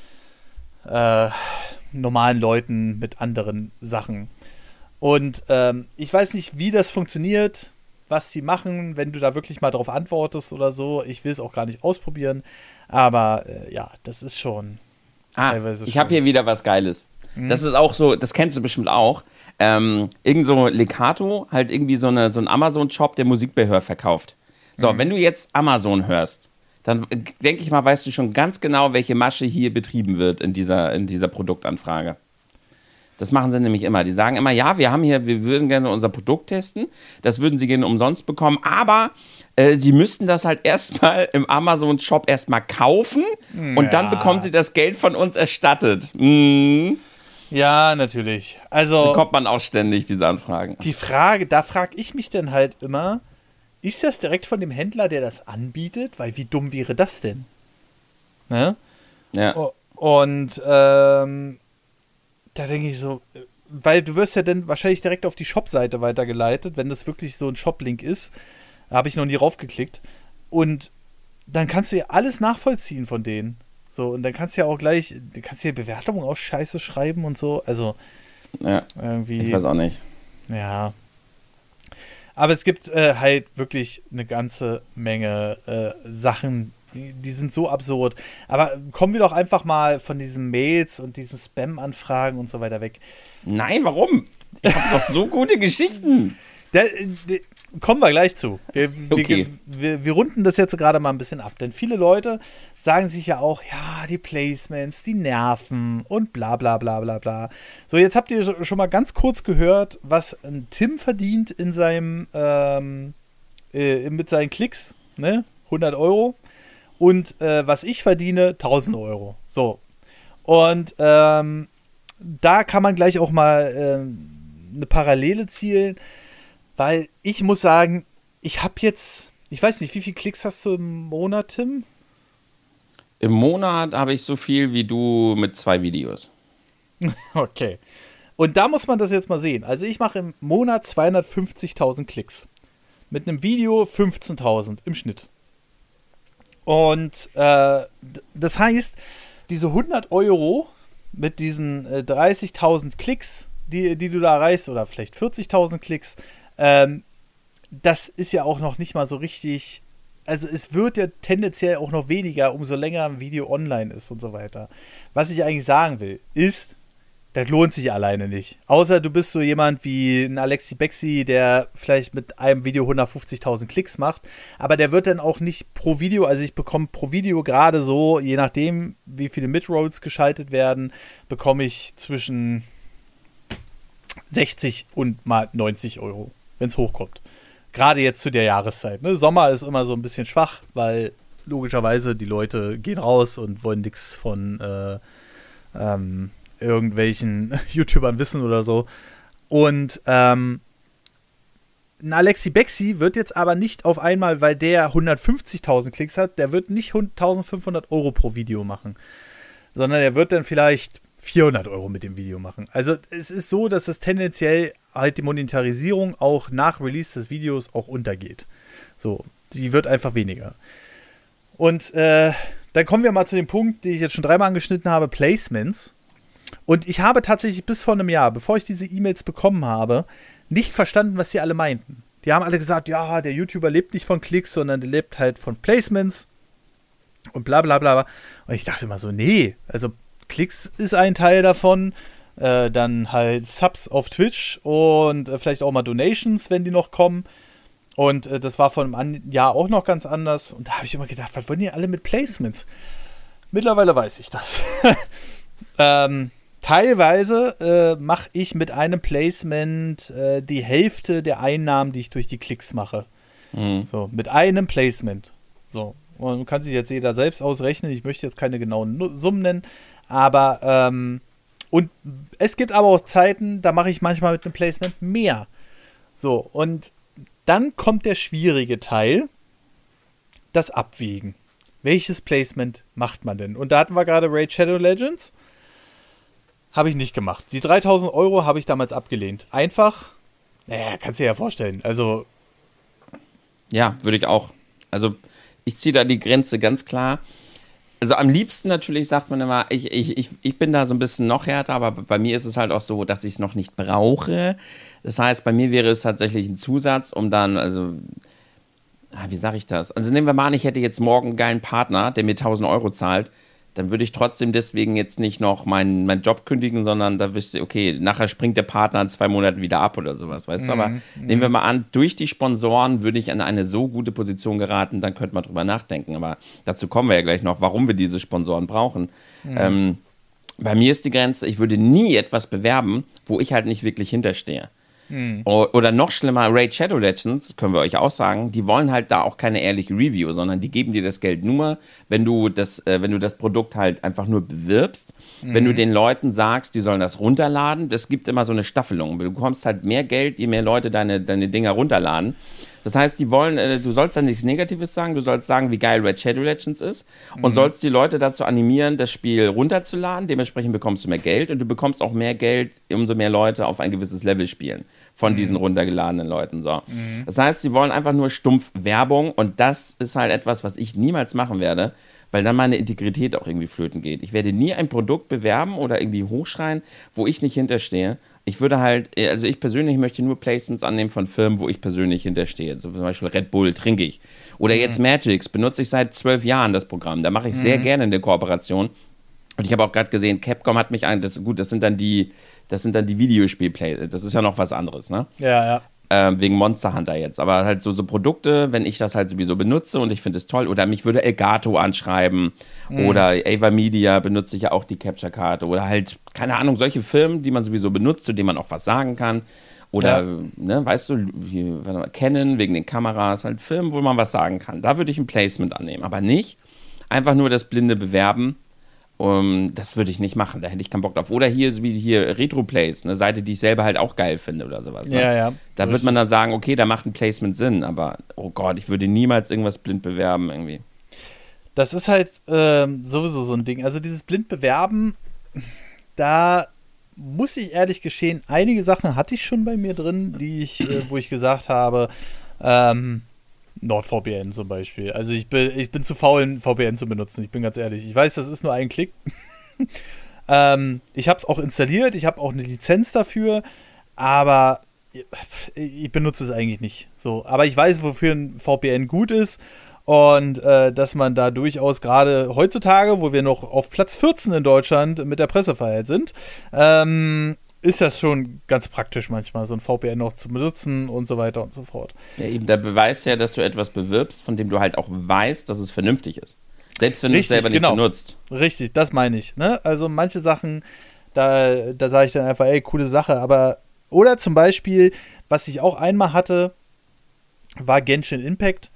äh, äh, normalen Leuten mit anderen Sachen. Und ähm, ich weiß nicht, wie das funktioniert, was sie machen, wenn du da wirklich mal drauf antwortest oder so. Ich will es auch gar nicht ausprobieren. Aber äh, ja, das ist schon ah, teilweise ich habe hier wieder was Geiles. Mhm. Das ist auch so, das kennst du bestimmt auch. Ähm, irgend so Legato, halt irgendwie so, eine, so ein Amazon-Shop, der Musikbehör verkauft. So, mhm. wenn du jetzt Amazon hörst, dann denke ich mal, weißt du schon ganz genau, welche Masche hier betrieben wird in dieser, in dieser Produktanfrage. Das machen sie nämlich immer. Die sagen immer, ja, wir haben hier, wir würden gerne unser Produkt testen, das würden sie gerne umsonst bekommen, aber äh, sie müssten das halt erstmal im Amazon-Shop erstmal kaufen und ja. dann bekommen sie das Geld von uns erstattet. Mhm. Ja, natürlich. Also bekommt man auch ständig diese Anfragen. Die Frage, da frage ich mich dann halt immer, ist das direkt von dem Händler, der das anbietet? Weil wie dumm wäre das denn? Ne? Ja. Und ähm, da denke ich so, weil du wirst ja dann wahrscheinlich direkt auf die Shop-Seite weitergeleitet, wenn das wirklich so ein Shop-Link ist. Da habe ich noch nie raufgeklickt. Und dann kannst du ja alles nachvollziehen von denen. So, und dann kannst du ja auch gleich, du kannst ja Bewertungen auch scheiße schreiben und so. Also, ja, irgendwie. Ich weiß auch nicht. Ja. Aber es gibt äh, halt wirklich eine ganze Menge äh, Sachen, die, die sind so absurd. Aber kommen wir doch einfach mal von diesen Mails und diesen Spam-Anfragen und so weiter weg. Nein, warum? Ich habe doch so gute Geschichten. Da, da, kommen wir gleich zu. Wir, okay. wir, wir, wir runden das jetzt gerade mal ein bisschen ab. Denn viele Leute sagen sich ja auch, ja, die Placements, die nerven und bla bla bla bla bla. So, jetzt habt ihr schon mal ganz kurz gehört, was ein Tim verdient in seinem, ähm, äh, mit seinen Klicks, ne? hundert Euro. Und äh, was ich verdiene, tausend Euro. So. Und ähm, da kann man gleich auch mal äh, eine Parallele zielen. Weil ich muss sagen, ich habe jetzt, ich weiß nicht, wie viele Klicks hast du im Monat, Tim? Im Monat habe ich so viel wie du mit zwei Videos. Okay. Und da muss man das jetzt mal sehen. Also ich mache im Monat zweihundertfünfzigtausend Klicks. Mit einem Video fünfzehntausend im Schnitt. Und äh, das heißt, diese hundert Euro mit diesen äh, dreißigtausend Klicks, die, die du da erreichst, oder vielleicht vierzigtausend Klicks, Ähm, das ist ja auch noch nicht mal so richtig, also es wird ja tendenziell auch noch weniger, umso länger ein Video online ist und so weiter. Was ich eigentlich sagen will, ist, das lohnt sich alleine nicht. Außer du bist so jemand wie ein Alexi Bexi, der vielleicht mit einem Video hundertfünfzigtausend Klicks macht, aber der wird dann auch nicht pro Video, also ich bekomme pro Video gerade so, je nachdem, wie viele Midrolls geschaltet werden, bekomme ich zwischen sechzig und mal neunzig Euro, wenn es hochkommt. Gerade jetzt zu der Jahreszeit. Ne? Sommer ist immer so ein bisschen schwach, weil logischerweise die Leute gehen raus und wollen nichts von äh, ähm, irgendwelchen YouTubern wissen oder so. Und ähm, ein Alexi Bexi wird jetzt aber nicht auf einmal, weil der hundertfünfzigtausend Klicks hat, der wird nicht eintausendfünfhundert Euro pro Video machen, sondern er wird dann vielleicht vierhundert Euro mit dem Video machen. Also es ist so, dass es tendenziell halt die Monetarisierung auch nach Release des Videos auch untergeht. So, die wird einfach weniger. Und äh, dann kommen wir mal zu dem Punkt, den ich jetzt schon dreimal angeschnitten habe, Placements. Und ich habe tatsächlich bis vor einem Jahr, bevor ich diese E-Mails bekommen habe, nicht verstanden, was sie alle meinten. Die haben alle gesagt, ja, der YouTuber lebt nicht von Klicks, sondern der lebt halt von Placements und bla bla bla. Und ich dachte immer so, nee, also Klicks ist ein Teil davon, äh, dann halt Subs auf Twitch und äh, vielleicht auch mal Donations, wenn die noch kommen. Und äh, das war vor einem An- Jahr auch noch ganz anders. Und da habe ich immer gedacht, was wollen die alle mit Placements? Mittlerweile weiß ich das. ähm, teilweise äh, mache ich mit einem Placement äh, die Hälfte der Einnahmen, die ich durch die Klicks mache. Mhm. So, mit einem Placement. So. Und kann sich jetzt jeder selbst ausrechnen. Ich möchte jetzt keine genauen Summen nennen. Aber, ähm, und es gibt aber auch Zeiten, da mache ich manchmal mit einem Placement mehr. So, und dann kommt der schwierige Teil, das Abwägen. Welches Placement macht man denn? Und da hatten wir gerade Raid Shadow Legends. Habe ich nicht gemacht. Die dreitausend Euro habe ich damals abgelehnt. Einfach, naja, kannst du dir ja vorstellen. Also. Ja, würde ich auch. Also, ich ziehe da die Grenze ganz klar. Also, am liebsten natürlich sagt man immer, ich, ich, ich, ich bin da so ein bisschen noch härter, aber bei mir ist es halt auch so, dass ich es noch nicht brauche. Das heißt, bei mir wäre es tatsächlich ein Zusatz, um dann, also, wie sage ich das? Also nehmen wir mal an, ich hätte jetzt morgen einen geilen Partner, der mir tausend Euro zahlt, dann würde ich trotzdem deswegen jetzt nicht noch meinen, meinen Job kündigen, sondern da wüsste ich, okay, nachher springt der Partner in zwei Monaten wieder ab oder sowas, weißt mm, du? Aber mm. nehmen wir mal an, durch die Sponsoren würde ich an eine so gute Position geraten, dann könnte man drüber nachdenken. Aber dazu kommen wir ja gleich noch, warum wir diese Sponsoren brauchen. Mm. Ähm, bei mir ist die Grenze, ich würde nie etwas bewerben, wo ich halt nicht wirklich hinterstehe. Hm. Oder noch schlimmer, Raid Shadow Legends, können wir euch auch sagen, die wollen halt da auch keine ehrliche Review, sondern die geben dir das Geld nur, wenn du das, äh, wenn du das Produkt halt einfach nur bewirbst, mhm. wenn du den Leuten sagst, die sollen das runterladen. Es gibt immer so eine Staffelung. Du bekommst halt mehr Geld, je mehr Leute deine, deine Dinger runterladen. Das heißt, die wollen, äh, du sollst dann nichts Negatives sagen, du sollst sagen, wie geil Raid Shadow Legends ist und mhm. sollst die Leute dazu animieren, das Spiel runterzuladen. Dementsprechend bekommst du mehr Geld und du bekommst auch mehr Geld, umso mehr Leute auf ein gewisses Level spielen von mhm. diesen runtergeladenen Leuten. So. Mhm. Das heißt, sie wollen einfach nur stumpf Werbung und das ist halt etwas, was ich niemals machen werde, weil dann meine Integrität auch irgendwie flöten geht. Ich werde nie ein Produkt bewerben oder irgendwie hochschreien, wo ich nicht hinterstehe. Ich würde halt, also ich persönlich möchte nur Placements annehmen von Firmen, wo ich persönlich hinterstehe. So zum Beispiel Red Bull trinke ich. Oder jetzt mhm. Magix, benutze ich seit zwölf Jahren das Programm. Da mache ich mhm. sehr gerne eine Kooperation. Und ich habe auch gerade gesehen, Capcom hat mich ein, das gut, das sind dann die, das sind dann die Videospiel-Play, das ist ja noch was anderes, ne? Ja, ja. Ähm, wegen Monster Hunter jetzt. Aber halt so, so Produkte, wenn ich das halt sowieso benutze und ich finde es toll, oder mich würde Elgato anschreiben mhm. oder Ava Media benutze ich ja auch die Capture-Karte oder halt, keine Ahnung, solche Firmen, die man sowieso benutzt, zu denen man auch was sagen kann. Oder, ja. ne, weißt du, wie, warte mal, Canon wegen den Kameras, halt Firmen, wo man was sagen kann. Da würde ich ein Placement annehmen, aber nicht einfach nur das blinde Bewerben. Um, das würde ich nicht machen, da hätte ich keinen Bock drauf. Oder hier, wie hier Retroplays, eine Seite, die ich selber halt auch geil finde oder sowas. Ne? Ja, ja. Da wird man dann sagen, okay, da macht ein Placement Sinn, aber oh Gott, ich würde niemals irgendwas blind bewerben irgendwie. Das ist halt ähm, sowieso so ein Ding. Also dieses blind bewerben, da muss ich ehrlich gestehen, einige Sachen hatte ich schon bei mir drin, die ich, äh, wo ich gesagt habe, ähm, NordVPN zum Beispiel. Also ich bin, ich bin zu faul, ein V P N zu benutzen. Ich bin ganz ehrlich. Ich weiß, das ist nur ein Klick. ähm, ich habe es auch installiert. Ich habe auch eine Lizenz dafür. Aber ich benutze es eigentlich nicht. So. Aber ich weiß, wofür ein V P N gut ist. Und äh, dass man da durchaus gerade heutzutage, wo wir noch auf Platz vierzehn in Deutschland mit der Pressefreiheit sind, ähm, ist das schon ganz praktisch manchmal, so ein V P N noch zu benutzen und so weiter und so fort. Ja, eben, der Beweis ja, dass du etwas bewirbst, von dem du halt auch weißt, dass es vernünftig ist. Selbst wenn du es selber nicht genau. benutzt. Richtig, das meine ich. Ne? Also manche Sachen, da, da sage ich dann einfach, ey, coole Sache, aber oder zum Beispiel, was ich auch einmal hatte, war Genshin Impact,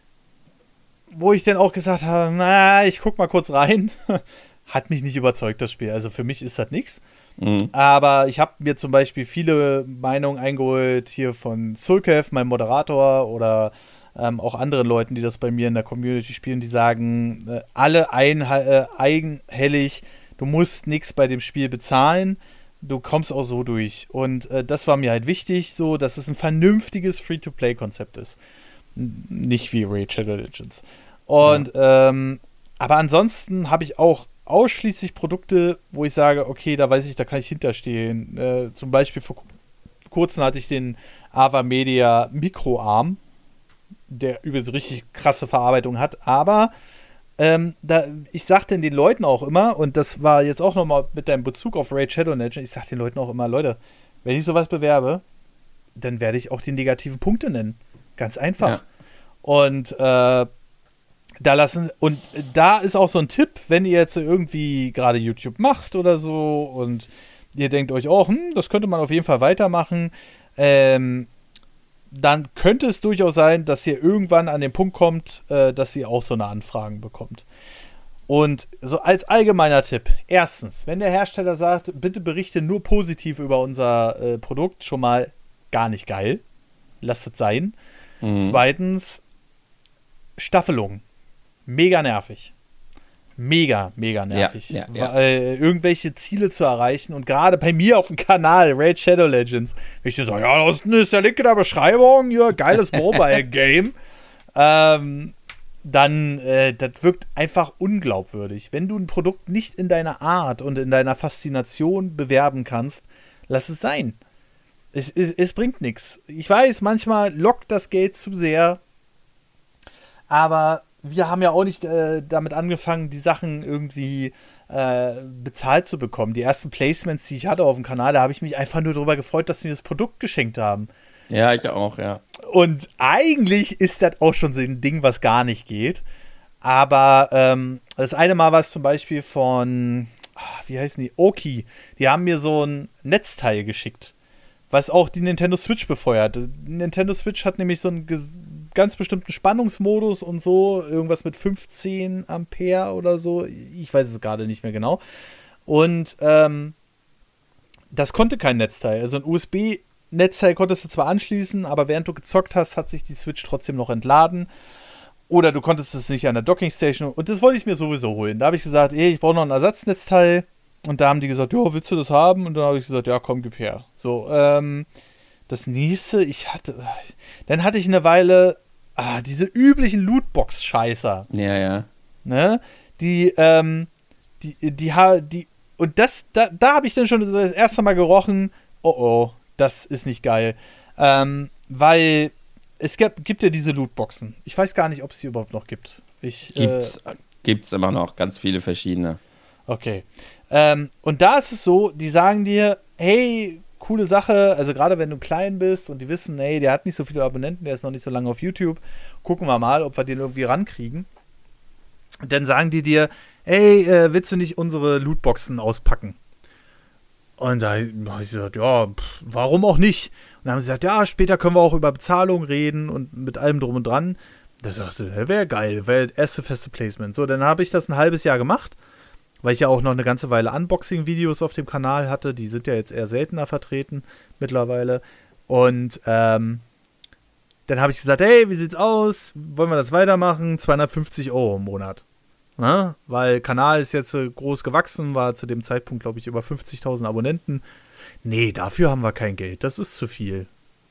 wo ich dann auch gesagt habe, na, ich guck mal kurz rein. Hat mich nicht überzeugt, das Spiel. Also für mich ist das nichts. Mhm. Aber ich habe mir zum Beispiel viele Meinungen eingeholt hier von Sulkev, meinem Moderator, oder ähm, auch anderen Leuten, die das bei mir in der Community spielen, die sagen, äh, alle ein, äh, eigenhellig, du musst nichts bei dem Spiel bezahlen, du kommst auch so durch. Und äh, das war mir halt wichtig, so, dass es ein vernünftiges Free-to-Play-Konzept ist. N- nicht wie Raid Shadow Legends. Und, ja. ähm, aber ansonsten habe ich auch ausschließlich Produkte, wo ich sage, okay, da weiß ich, da kann ich hinterstehen. Äh, zum Beispiel vor kurzem hatte ich den Ava Media Mikroarm, der übrigens richtig krasse Verarbeitung hat, aber ähm, da, ich sag denn den Leuten auch immer, und das war jetzt auch nochmal mit deinem Bezug auf Raid Shadow Legends, ich sag den Leuten auch immer, Leute, wenn ich sowas bewerbe, dann werde ich auch die negativen Punkte nennen. Ganz einfach. Ja. Und äh, da lassen und da ist auch so ein Tipp, wenn ihr jetzt irgendwie gerade YouTube macht oder so und ihr denkt euch auch, hm, das könnte man auf jeden Fall weitermachen, ähm, dann könnte es durchaus sein, dass ihr irgendwann an den Punkt kommt, äh, dass ihr auch so eine Anfragen bekommt. Und so als allgemeiner Tipp, erstens, wenn der Hersteller sagt, bitte berichte nur positiv über unser äh, Produkt, schon mal gar nicht geil. Lasst es sein. Mhm. Zweitens, Staffelung. Mega nervig. Mega, mega nervig. Ja, ja, ja. Weil irgendwelche Ziele zu erreichen und gerade bei mir auf dem Kanal, Raid Shadow Legends, wenn ich so, ja, da unten ist der Link in der Beschreibung, ja, geiles Mobile-Game, ähm, dann, äh, das wirkt einfach unglaubwürdig. Wenn du ein Produkt nicht in deiner Art und in deiner Faszination bewerben kannst, lass es sein. Es, es, es bringt nichts. Ich weiß, manchmal lockt das Geld zu sehr, aber wir haben ja auch nicht äh, damit angefangen, die Sachen irgendwie äh, bezahlt zu bekommen. Die ersten Placements, die ich hatte auf dem Kanal, da habe ich mich einfach nur darüber gefreut, dass sie mir das Produkt geschenkt haben. Ja, ich auch, ja. Und eigentlich ist das auch schon so ein Ding, was gar nicht geht. Aber ähm, das eine Mal war es zum Beispiel von, wie heißen die? Oki. Die haben mir so ein Netzteil geschickt, was auch die Nintendo Switch befeuert. Die Nintendo Switch hat nämlich so einen ges- ganz bestimmten Spannungsmodus und so. Irgendwas mit fünfzehn Ampere oder so. Ich weiß es gerade nicht mehr genau. Und ähm, das konnte kein Netzteil. Also ein U S B Netzteil konntest du zwar anschließen, aber während du gezockt hast, hat sich die Switch trotzdem noch entladen. Oder du konntest es nicht an der Dockingstation. Und das wollte ich mir sowieso holen. Da habe ich gesagt, ey, ich brauche noch ein Ersatznetzteil. Und da haben die gesagt, ja, willst du das haben? Und dann habe ich gesagt, ja, komm, gib her. So, ähm, das nächste, ich hatte, dann hatte ich eine Weile, ah, diese üblichen Lootbox-Scheißer. Ja, ja. Ne? Die, ähm, die, die, die, die und das, da, da habe ich dann schon das erste Mal gerochen, oh oh, das ist nicht geil. Ähm, weil es gibt, gibt ja diese Lootboxen. Ich weiß gar nicht, ob es die überhaupt noch gibt. Ich, Gibt's, äh, gibt's immer noch, ganz viele verschiedene. Okay. Ähm, und da ist es so, die sagen dir, hey, coole Sache, also gerade wenn du klein bist und die wissen, hey, der hat nicht so viele Abonnenten, der ist noch nicht so lange auf YouTube, gucken wir mal, ob wir den irgendwie rankriegen. Und dann sagen die dir, hey, äh, willst du nicht unsere Lootboxen auspacken? Und da habe ich gesagt, ja, pff, warum auch nicht? Und dann haben sie gesagt, ja, später können wir auch über Bezahlung reden und mit allem drum und dran. Da sagst du, wäre geil, wäre das erste feste Placement. So, dann habe ich das ein halbes Jahr gemacht, weil ich ja auch noch eine ganze Weile Unboxing-Videos auf dem Kanal hatte. Die sind ja jetzt eher seltener vertreten mittlerweile. Und ähm, dann habe ich gesagt, hey, wie sieht's aus? Wollen wir das weitermachen? zweihundertfünfzig Euro im Monat. Na? Weil Kanal ist jetzt äh, groß gewachsen, war zu dem Zeitpunkt, glaube ich, über fünfzigtausend Abonnenten. Nee, dafür haben wir kein Geld. Das ist zu viel.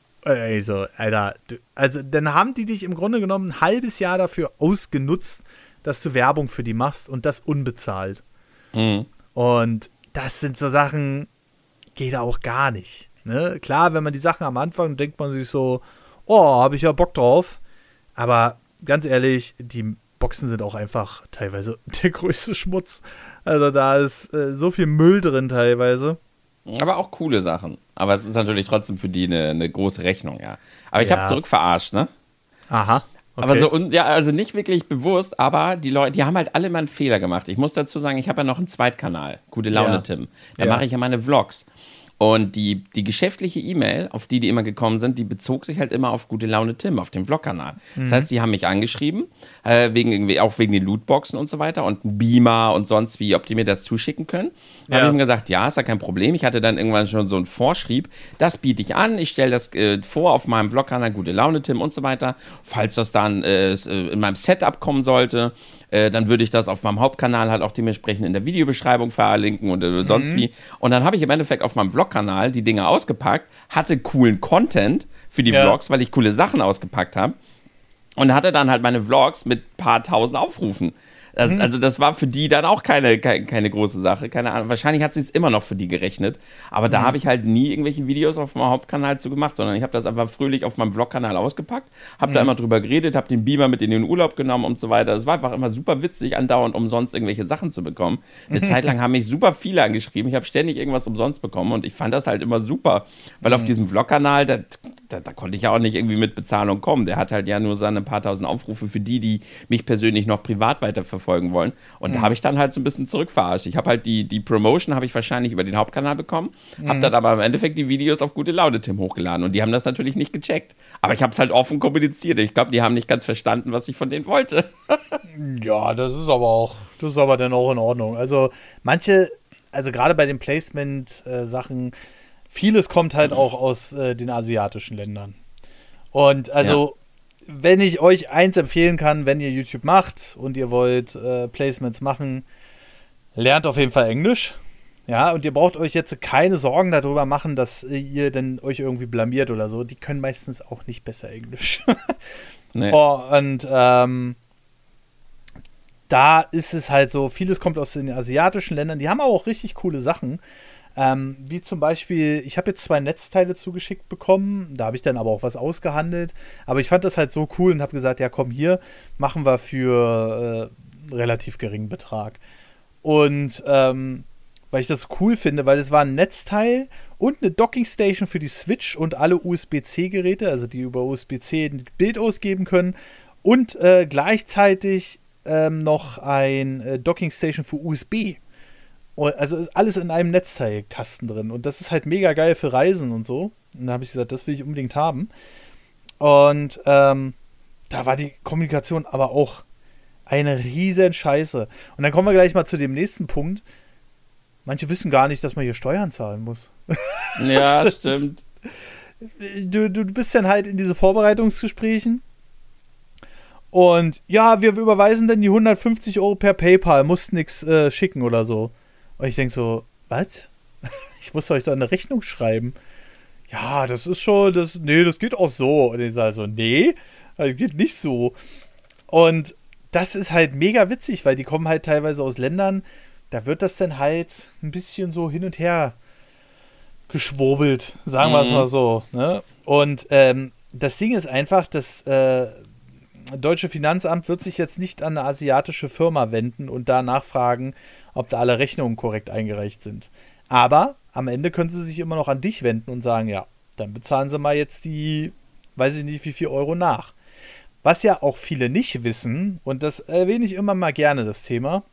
Also, Alter, also dann haben die dich im Grunde genommen ein halbes Jahr dafür ausgenutzt, dass du Werbung für die machst und das unbezahlt. Mhm. Und das sind so Sachen, geht auch gar nicht. Ne? Klar, wenn man die Sachen am Anfang denkt man sich so, oh, habe ich ja Bock drauf. Aber ganz ehrlich, die Boxen sind auch einfach teilweise der größte Schmutz. Also da ist äh, so viel Müll drin teilweise. Aber auch coole Sachen. Aber es ist natürlich trotzdem für die eine, eine große Rechnung, ja. Aber ich Ja. habe zurückverarscht, ne? Aha. Okay. Aber so, und, ja, also nicht wirklich bewusst, aber die Leute, die haben halt alle mal einen Fehler gemacht. Ich muss dazu sagen, ich habe ja noch einen Zweitkanal, Gute Laune Ja. Tim. Da Ja. mache ich ja meine Vlogs. Und die, die geschäftliche E-Mail, auf die die immer gekommen sind, die bezog sich halt immer auf Gute Laune Tim, auf dem Vlog-Kanal. Mhm. Das heißt, die haben mich angeschrieben, äh, wegen irgendwie, auch wegen den Lootboxen und so weiter und ein Beamer und sonst wie, ob die mir das zuschicken können. Da Ja. habe ich ihm gesagt, ja, ist ja kein Problem. Ich hatte dann irgendwann schon so einen Vorschrieb, das biete ich an, ich stelle das äh, vor auf meinem Vlog-Kanal, Gute Laune Tim und so weiter. Falls das dann äh, in meinem Setup kommen sollte, äh, dann würde ich das auf meinem Hauptkanal halt auch dementsprechend in der Videobeschreibung verlinken und äh, sonst Mhm. wie. Und dann habe ich im Endeffekt auf meinem Vlog-Kanal die Dinge ausgepackt, hatte coolen Content für die Ja. Vlogs, weil ich coole Sachen ausgepackt habe. Und hatte dann halt meine Vlogs mit ein paar tausend Aufrufen. Also, Mhm. also das war für die dann auch keine, keine, keine große Sache. Keine Ahnung. Wahrscheinlich hat sie es immer noch für die gerechnet. Aber da Mhm. habe ich halt nie irgendwelche Videos auf meinem Hauptkanal zu gemacht, sondern ich habe das einfach fröhlich auf meinem Vlog-Kanal ausgepackt, habe da Mhm. immer drüber geredet, habe den Beamer mit in den Urlaub genommen und so weiter. Es war einfach immer super witzig, andauernd umsonst irgendwelche Sachen zu bekommen. Eine Zeit lang haben mich super viele angeschrieben. Ich habe ständig irgendwas umsonst bekommen und ich fand das halt immer super, weil auf diesem Vlog-Kanal, da, da, da konnte ich ja auch nicht irgendwie mit Bezahlung kommen. Der hat halt ja nur seine paar tausend Aufrufe für die, die mich persönlich noch privat weiterverfolgen wollen. Und mhm. da habe ich dann halt so ein bisschen zurückverarscht. Ich habe halt die, die Promotion habe ich wahrscheinlich über den Hauptkanal bekommen, mhm. habe dann aber im Endeffekt die Videos auf Gute Laune Tim hochgeladen und die haben das natürlich nicht gecheckt. Aber ich habe es halt offen kommuniziert. Ich glaube, die haben nicht ganz verstanden, was ich von denen wollte. Ja, das ist aber auch, das ist aber dann auch in Ordnung. Also manche, also gerade bei den Placement-Sachen, äh, vieles kommt halt auch aus äh, den asiatischen Ländern. Und also, ja. wenn ich euch eins empfehlen kann, wenn ihr YouTube macht und ihr wollt äh, Placements machen, lernt auf jeden Fall Englisch. Ja, und ihr braucht euch jetzt keine Sorgen darüber machen, dass ihr denn euch irgendwie blamiert oder so. Die können meistens auch nicht besser Englisch. Nee. Oh, und ähm, da ist es halt so, vieles kommt aus den asiatischen Ländern. Die haben aber auch richtig coole Sachen. Ähm, wie zum Beispiel, ich habe jetzt zwei Netzteile zugeschickt bekommen, da habe ich dann aber auch was ausgehandelt, aber ich fand das halt so cool und habe gesagt, ja komm, hier machen wir für äh, relativ geringen Betrag. Und ähm, weil ich das cool finde, weil es war ein Netzteil und eine Dockingstation für die Switch und alle U S B C-Geräte, also die über U S B C ein Bild ausgeben können und äh, gleichzeitig ähm, noch ein äh, Dockingstation für U S B. Also ist alles in einem Netzteilkasten drin. Und das ist halt mega geil für Reisen und so. Und da habe ich gesagt, das will ich unbedingt haben. Und ähm, da war die Kommunikation aber auch eine riesen Scheiße. Und dann kommen wir gleich mal zu dem nächsten Punkt. Manche wissen gar nicht, dass man hier Steuern zahlen muss. Ja, stimmt. Du, du bist dann halt in diese Vorbereitungsgesprächen. Und ja, wir überweisen dann die hundertfünfzig Euro per PayPal, musst nichts äh, schicken oder so. Und ich denke so, was? Ich muss euch da eine Rechnung schreiben. Ja, das ist schon, das, nee, das geht auch so. Und ich sage so, nee, das geht nicht so. Und das ist halt mega witzig, weil die kommen halt teilweise aus Ländern, da wird das dann halt ein bisschen so hin und her geschwurbelt, sagen wir es mal so. Ne? Und ähm, das Ding ist einfach, das äh, deutsche Finanzamt wird sich jetzt nicht an eine asiatische Firma wenden und da nachfragen, ob da alle Rechnungen korrekt eingereicht sind. Aber am Ende können sie sich immer noch an dich wenden und sagen, ja, dann bezahlen sie mal jetzt die, weiß ich nicht wie viel Euro nach. Was ja auch viele nicht wissen, und das erwähne ich immer mal gerne, das Thema,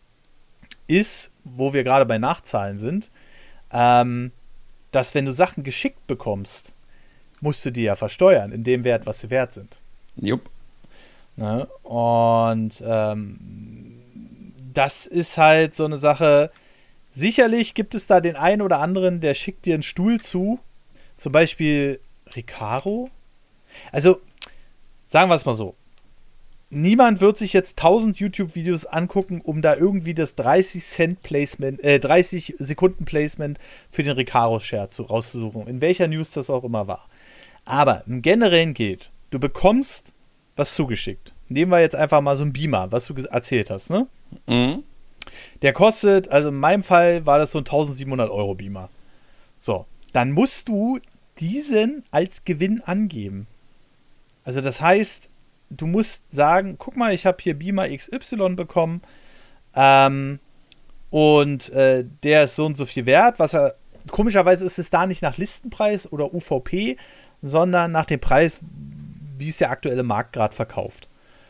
ist, wo wir gerade bei Nachzahlen sind, ähm, dass wenn du Sachen geschickt bekommst, musst du die ja versteuern, in dem Wert, was sie wert sind. Jupp. Ne? Und ähm, das ist halt so eine Sache. Sicherlich gibt es da den einen oder anderen, der schickt dir einen Stuhl zu. Zum Beispiel Recaro. Also, sagen wir es mal so. Niemand wird sich jetzt tausend YouTube-Videos angucken, um da irgendwie das dreißig Cent Placement, äh, dreißig Sekunden Placement für den Recaro-Share zu, rauszusuchen. In welcher News das auch immer war. Aber im Generellen geht, du bekommst was zugeschickt. Nehmen wir jetzt einfach mal so einen Beamer, was du erzählt hast, ne? Mhm. Der kostet, also in meinem Fall war das so ein eintausendsiebenhundert Euro Beamer. So, dann musst du diesen als Gewinn angeben. Also das heißt, du musst sagen, guck mal, ich habe hier Beamer X Y bekommen ähm, und äh, der ist so und so viel wert, was er, komischerweise ist es da nicht nach Listenpreis oder U V P, sondern nach dem Preis, wie es der aktuelle Markt gerade verkauft.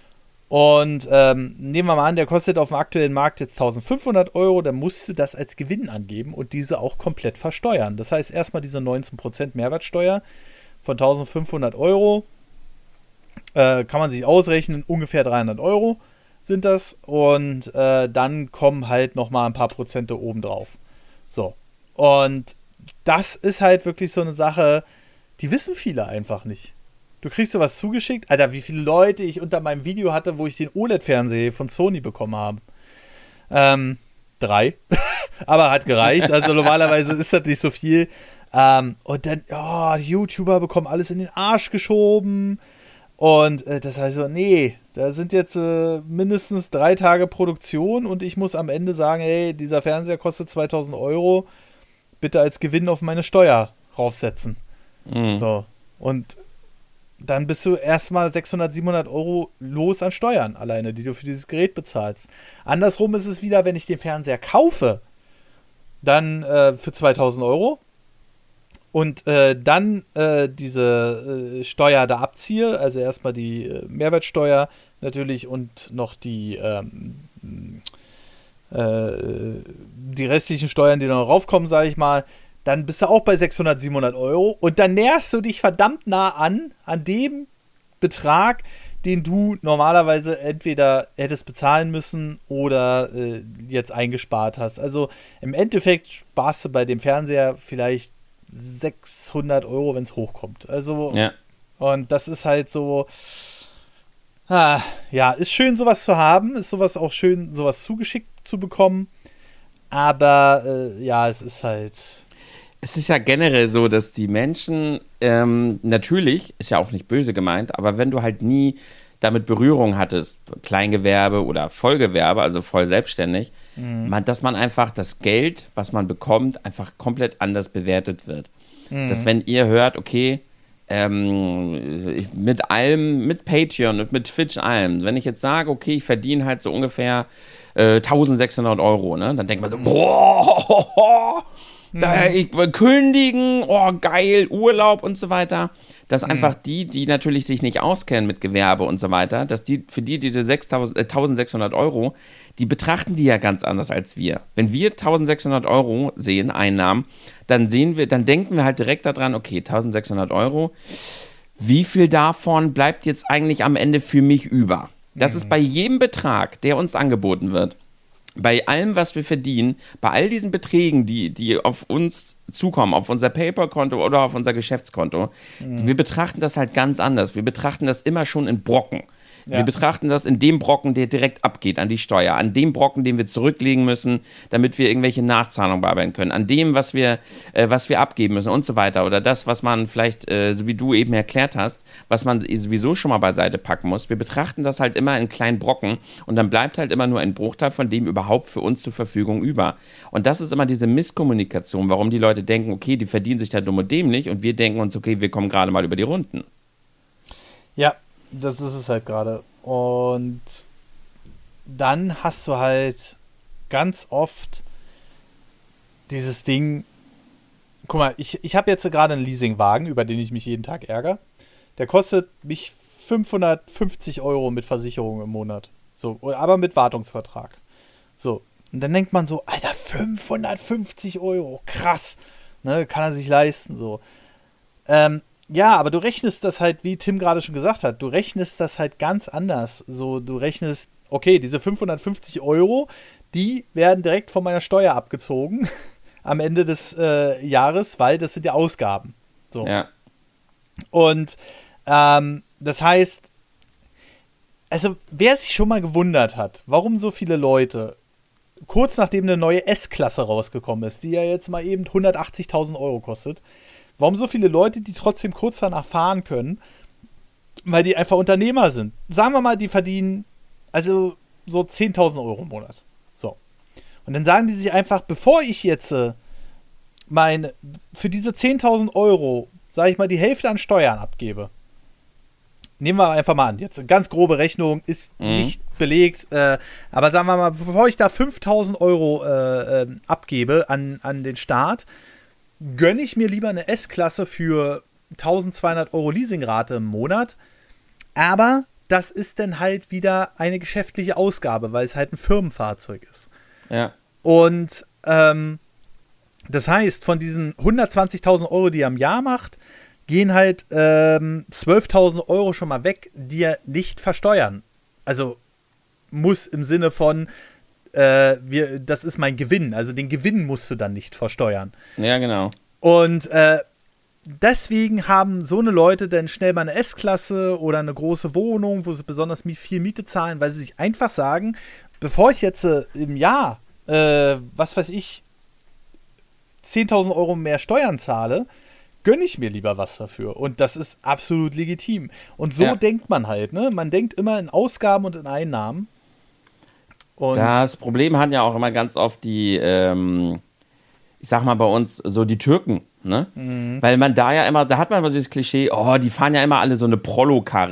Und ähm, nehmen wir mal an, der kostet auf dem aktuellen Markt jetzt eintausendfünfhundert Euro, dann musst du das als Gewinn angeben und diese auch komplett versteuern. Das heißt, erstmal diese neunzehn Prozent Mehrwertsteuer von eintausendfünfhundert Euro äh, kann man sich ausrechnen, ungefähr dreihundert Euro sind das und äh, dann kommen halt nochmal ein paar Prozente oben drauf. So, und das ist halt wirklich so eine Sache, die wissen viele einfach nicht. Du kriegst sowas zugeschickt. Alter, wie viele Leute ich unter meinem Video hatte, wo ich den O L E D-Fernseher von Sony bekommen habe. Ähm, drei. Aber hat gereicht. Also normalerweise ist das nicht so viel. Ähm, und dann, ja, oh, die YouTuber bekommen alles in den Arsch geschoben. Und äh, das heißt so, nee, da sind jetzt äh, mindestens drei Tage Produktion und ich muss am Ende sagen, hey, dieser Fernseher kostet zweitausend Euro. Bitte als Gewinn auf meine Steuer raufsetzen. Mhm. So. Und dann bist du erstmal sechshundert, siebenhundert Euro los an Steuern alleine, die du für dieses Gerät bezahlst. Andersrum ist es wieder, wenn ich den Fernseher kaufe, dann äh, für zweitausend Euro und äh, dann äh, diese äh, Steuer da abziehe, also erstmal die äh, Mehrwertsteuer natürlich und noch die ähm, äh, die restlichen Steuern, die da noch raufkommen, sage ich mal, dann bist du auch bei sechshundert, siebenhundert Euro und dann näherst du dich verdammt nah an, an dem Betrag, den du normalerweise entweder hättest bezahlen müssen oder äh, jetzt eingespart hast. Also im Endeffekt sparst du bei dem Fernseher vielleicht sechshundert Euro, wenn es hochkommt. Also, ja. Und das ist halt so, ah, ja, ist schön, sowas zu haben, ist sowas auch schön, sowas zugeschickt zu bekommen, aber äh, ja, es ist halt... Es ist ja generell so, dass die Menschen, ähm, natürlich, ist ja auch nicht böse gemeint, aber wenn du halt nie damit Berührung hattest, Kleingewerbe oder Vollgewerbe, also voll selbstständig, mhm. man, dass man einfach das Geld, was man bekommt, einfach komplett anders bewertet wird. Mhm. Dass wenn ihr hört, okay, ähm, mit allem, mit Patreon und mit Twitch allem, wenn ich jetzt sage, okay, ich verdiene halt so ungefähr äh, eintausendsechshundert Euro, ne, dann denkt man so, boah, da, ich, kündigen, oh geil, Urlaub und so weiter, dass mhm. einfach die, die natürlich sich nicht auskennen mit Gewerbe und so weiter, dass die, für die diese eintausendsechshundert Euro, die betrachten die ja ganz anders als wir. Wenn wir eintausendsechshundert Euro sehen, Einnahmen, dann sehen wir, dann denken wir halt direkt daran, okay, eintausendsechshundert Euro, wie viel davon bleibt jetzt eigentlich am Ende für mich über? Das mhm. ist bei jedem Betrag, der uns angeboten wird, bei allem, was wir verdienen, bei all diesen Beträgen, die, die auf uns zukommen, auf unser PayPal-Konto oder auf unser Geschäftskonto, mhm. wir betrachten das halt ganz anders. Wir betrachten das immer schon in Brocken. Ja. Wir betrachten das in dem Brocken, der direkt abgeht an die Steuer, an dem Brocken, den wir zurücklegen müssen, damit wir irgendwelche Nachzahlungen bearbeiten können, an dem, was wir, äh, was wir abgeben müssen und so weiter. Oder das, was man vielleicht, äh, so wie du eben erklärt hast, was man sowieso schon mal beiseite packen muss. Wir betrachten das halt immer in kleinen Brocken und dann bleibt halt immer nur ein Bruchteil von dem überhaupt für uns zur Verfügung über. Und das ist immer diese Misskommunikation, warum die Leute denken, okay, die verdienen sich da dumm und dämlich und wir denken uns, okay, wir kommen gerade mal über die Runden. Ja. Das ist es halt gerade. Und dann hast du halt ganz oft dieses Ding, guck mal, ich, ich habe jetzt gerade einen Leasingwagen, über den ich mich jeden Tag ärgere. Der kostet mich fünfhundertfünfzig Euro mit Versicherung im Monat. So, aber mit Wartungsvertrag. So, und dann denkt man so, Alter, fünfhundertfünfzig Euro, krass. Ne, kann er sich leisten, so. Ähm, Ja, aber du rechnest das halt, wie Tim gerade schon gesagt hat, du rechnest das halt ganz anders. So, du rechnest, okay, diese fünfhundertfünfzig Euro, die werden direkt von meiner Steuer abgezogen am Ende des äh, Jahres, weil das sind ja Ausgaben. So. Ja. Und ähm, das heißt, also wer sich schon mal gewundert hat, warum so viele Leute, kurz nachdem eine neue S-Klasse rausgekommen ist, die ja jetzt mal eben hundertachtzigtausend Euro kostet, warum so viele Leute, die trotzdem kurz danach fahren können, weil die einfach Unternehmer sind. Sagen wir mal, die verdienen also so zehntausend Euro im Monat. So. Und dann sagen die sich einfach, bevor ich jetzt äh, mein, für diese zehntausend Euro, sage ich mal, die Hälfte an Steuern abgebe. Nehmen wir einfach mal an, jetzt eine ganz grobe Rechnung, ist mhm. nicht belegt, äh, aber sagen wir mal, bevor ich da fünftausend Euro äh, äh, abgebe an, an den Staat, gönne ich mir lieber eine S-Klasse für eintausendzweihundert Euro Leasingrate im Monat, aber das ist dann halt wieder eine geschäftliche Ausgabe, weil es halt ein Firmenfahrzeug ist. Ja. Und ähm, das heißt, von diesen hundertzwanzigtausend Euro, die er im Jahr macht, gehen halt ähm, zwölftausend Euro schon mal weg, die er nicht versteuern. Also muss im Sinne von Äh, wir, das ist mein Gewinn. Also den Gewinn musst du dann nicht versteuern. Ja, genau. Und äh, deswegen haben so eine Leute dann schnell mal eine S-Klasse oder eine große Wohnung, wo sie besonders viel Miete zahlen, weil sie sich einfach sagen, bevor ich jetzt äh, im Jahr, äh, was weiß ich, zehntausend Euro mehr Steuern zahle, gönne ich mir lieber was dafür. Und das ist absolut legitim. Und so ja. denkt man halt, ne? Man denkt immer in Ausgaben und in Einnahmen. Und das Problem hat ja auch immer ganz oft die, ähm, ich sag mal bei uns, so die Türken, ne? Mhm. Weil man da ja immer, da hat man immer so das Klischee, oh, die fahren ja immer alle so eine Prollo-Karre.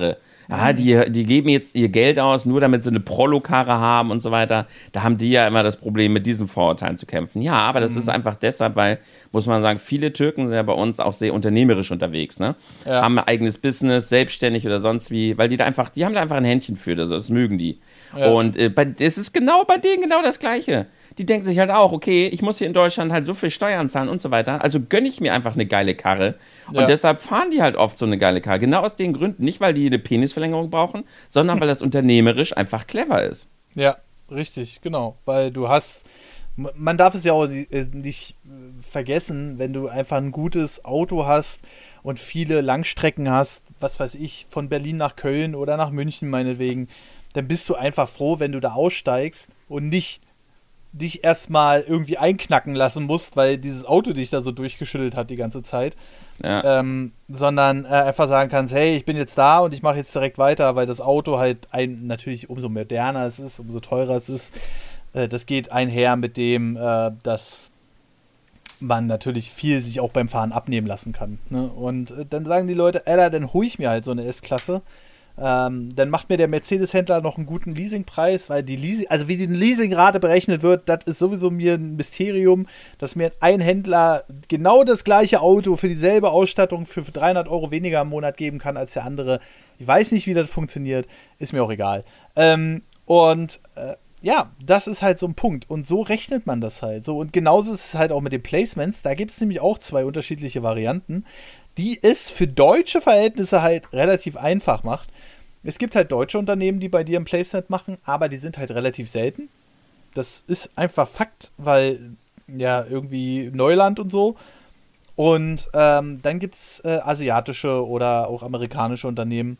ah, die, die geben jetzt ihr Geld aus, nur damit sie eine Prolo-Karre haben und so weiter. Da haben die ja immer das Problem, mit diesen Vorurteilen zu kämpfen. Ja, aber das mhm. ist einfach deshalb, weil, muss man sagen, viele Türken sind ja bei uns auch sehr unternehmerisch unterwegs, ne? Ja. Haben ein eigenes Business, selbstständig oder sonst wie, weil die da einfach, die haben da einfach ein Händchen für, das, das mögen die. Ja. Und äh, bei, es ist genau bei denen genau das Gleiche. Die denken sich halt auch, okay, ich muss hier in Deutschland halt so viel Steuern zahlen und so weiter, also gönne ich mir einfach eine geile Karre. Und ja. deshalb fahren die halt oft so eine geile Karre. Genau aus den Gründen. Nicht, weil die eine Penisverlängerung brauchen, sondern weil das unternehmerisch einfach clever ist. Ja, richtig, genau. Weil du hast, man darf es ja auch nicht vergessen, wenn du einfach ein gutes Auto hast und viele Langstrecken hast, was weiß ich, von Berlin nach Köln oder nach München meinetwegen, dann bist du einfach froh, wenn du da aussteigst und nicht dich erstmal irgendwie einknacken lassen musst, weil dieses Auto dich da so durchgeschüttelt hat die ganze Zeit. Ja. Ähm, sondern äh, einfach sagen kannst, hey, ich bin jetzt da und ich mache jetzt direkt weiter, weil das Auto halt ein, natürlich umso moderner es ist, umso teurer es ist. Äh, das geht einher mit dem, äh, dass man natürlich viel sich auch beim Fahren abnehmen lassen kann. Ne? Und äh, dann sagen die Leute, Alter, dann hole ich mir halt so eine S-Klasse. Ähm, dann macht mir der Mercedes-Händler noch einen guten Leasingpreis, weil die Leasing, also wie die Leasingrate berechnet wird, das ist sowieso mir ein Mysterium, dass mir ein Händler genau das gleiche Auto für dieselbe Ausstattung für dreihundert Euro weniger im Monat geben kann als der andere. Ich weiß nicht, wie das funktioniert, ist mir auch egal. Ähm, und äh, ja, das ist halt so ein Punkt. Und so rechnet man das halt. So, und genauso ist es halt auch mit den Placements. Da gibt es nämlich auch zwei unterschiedliche Varianten, die es für deutsche Verhältnisse halt relativ einfach macht. Es gibt halt deutsche Unternehmen, die bei dir ein Placement machen, aber die sind halt relativ selten. Das ist einfach Fakt, weil ja irgendwie Neuland und so. Und ähm, dann gibt es äh, asiatische oder auch amerikanische Unternehmen.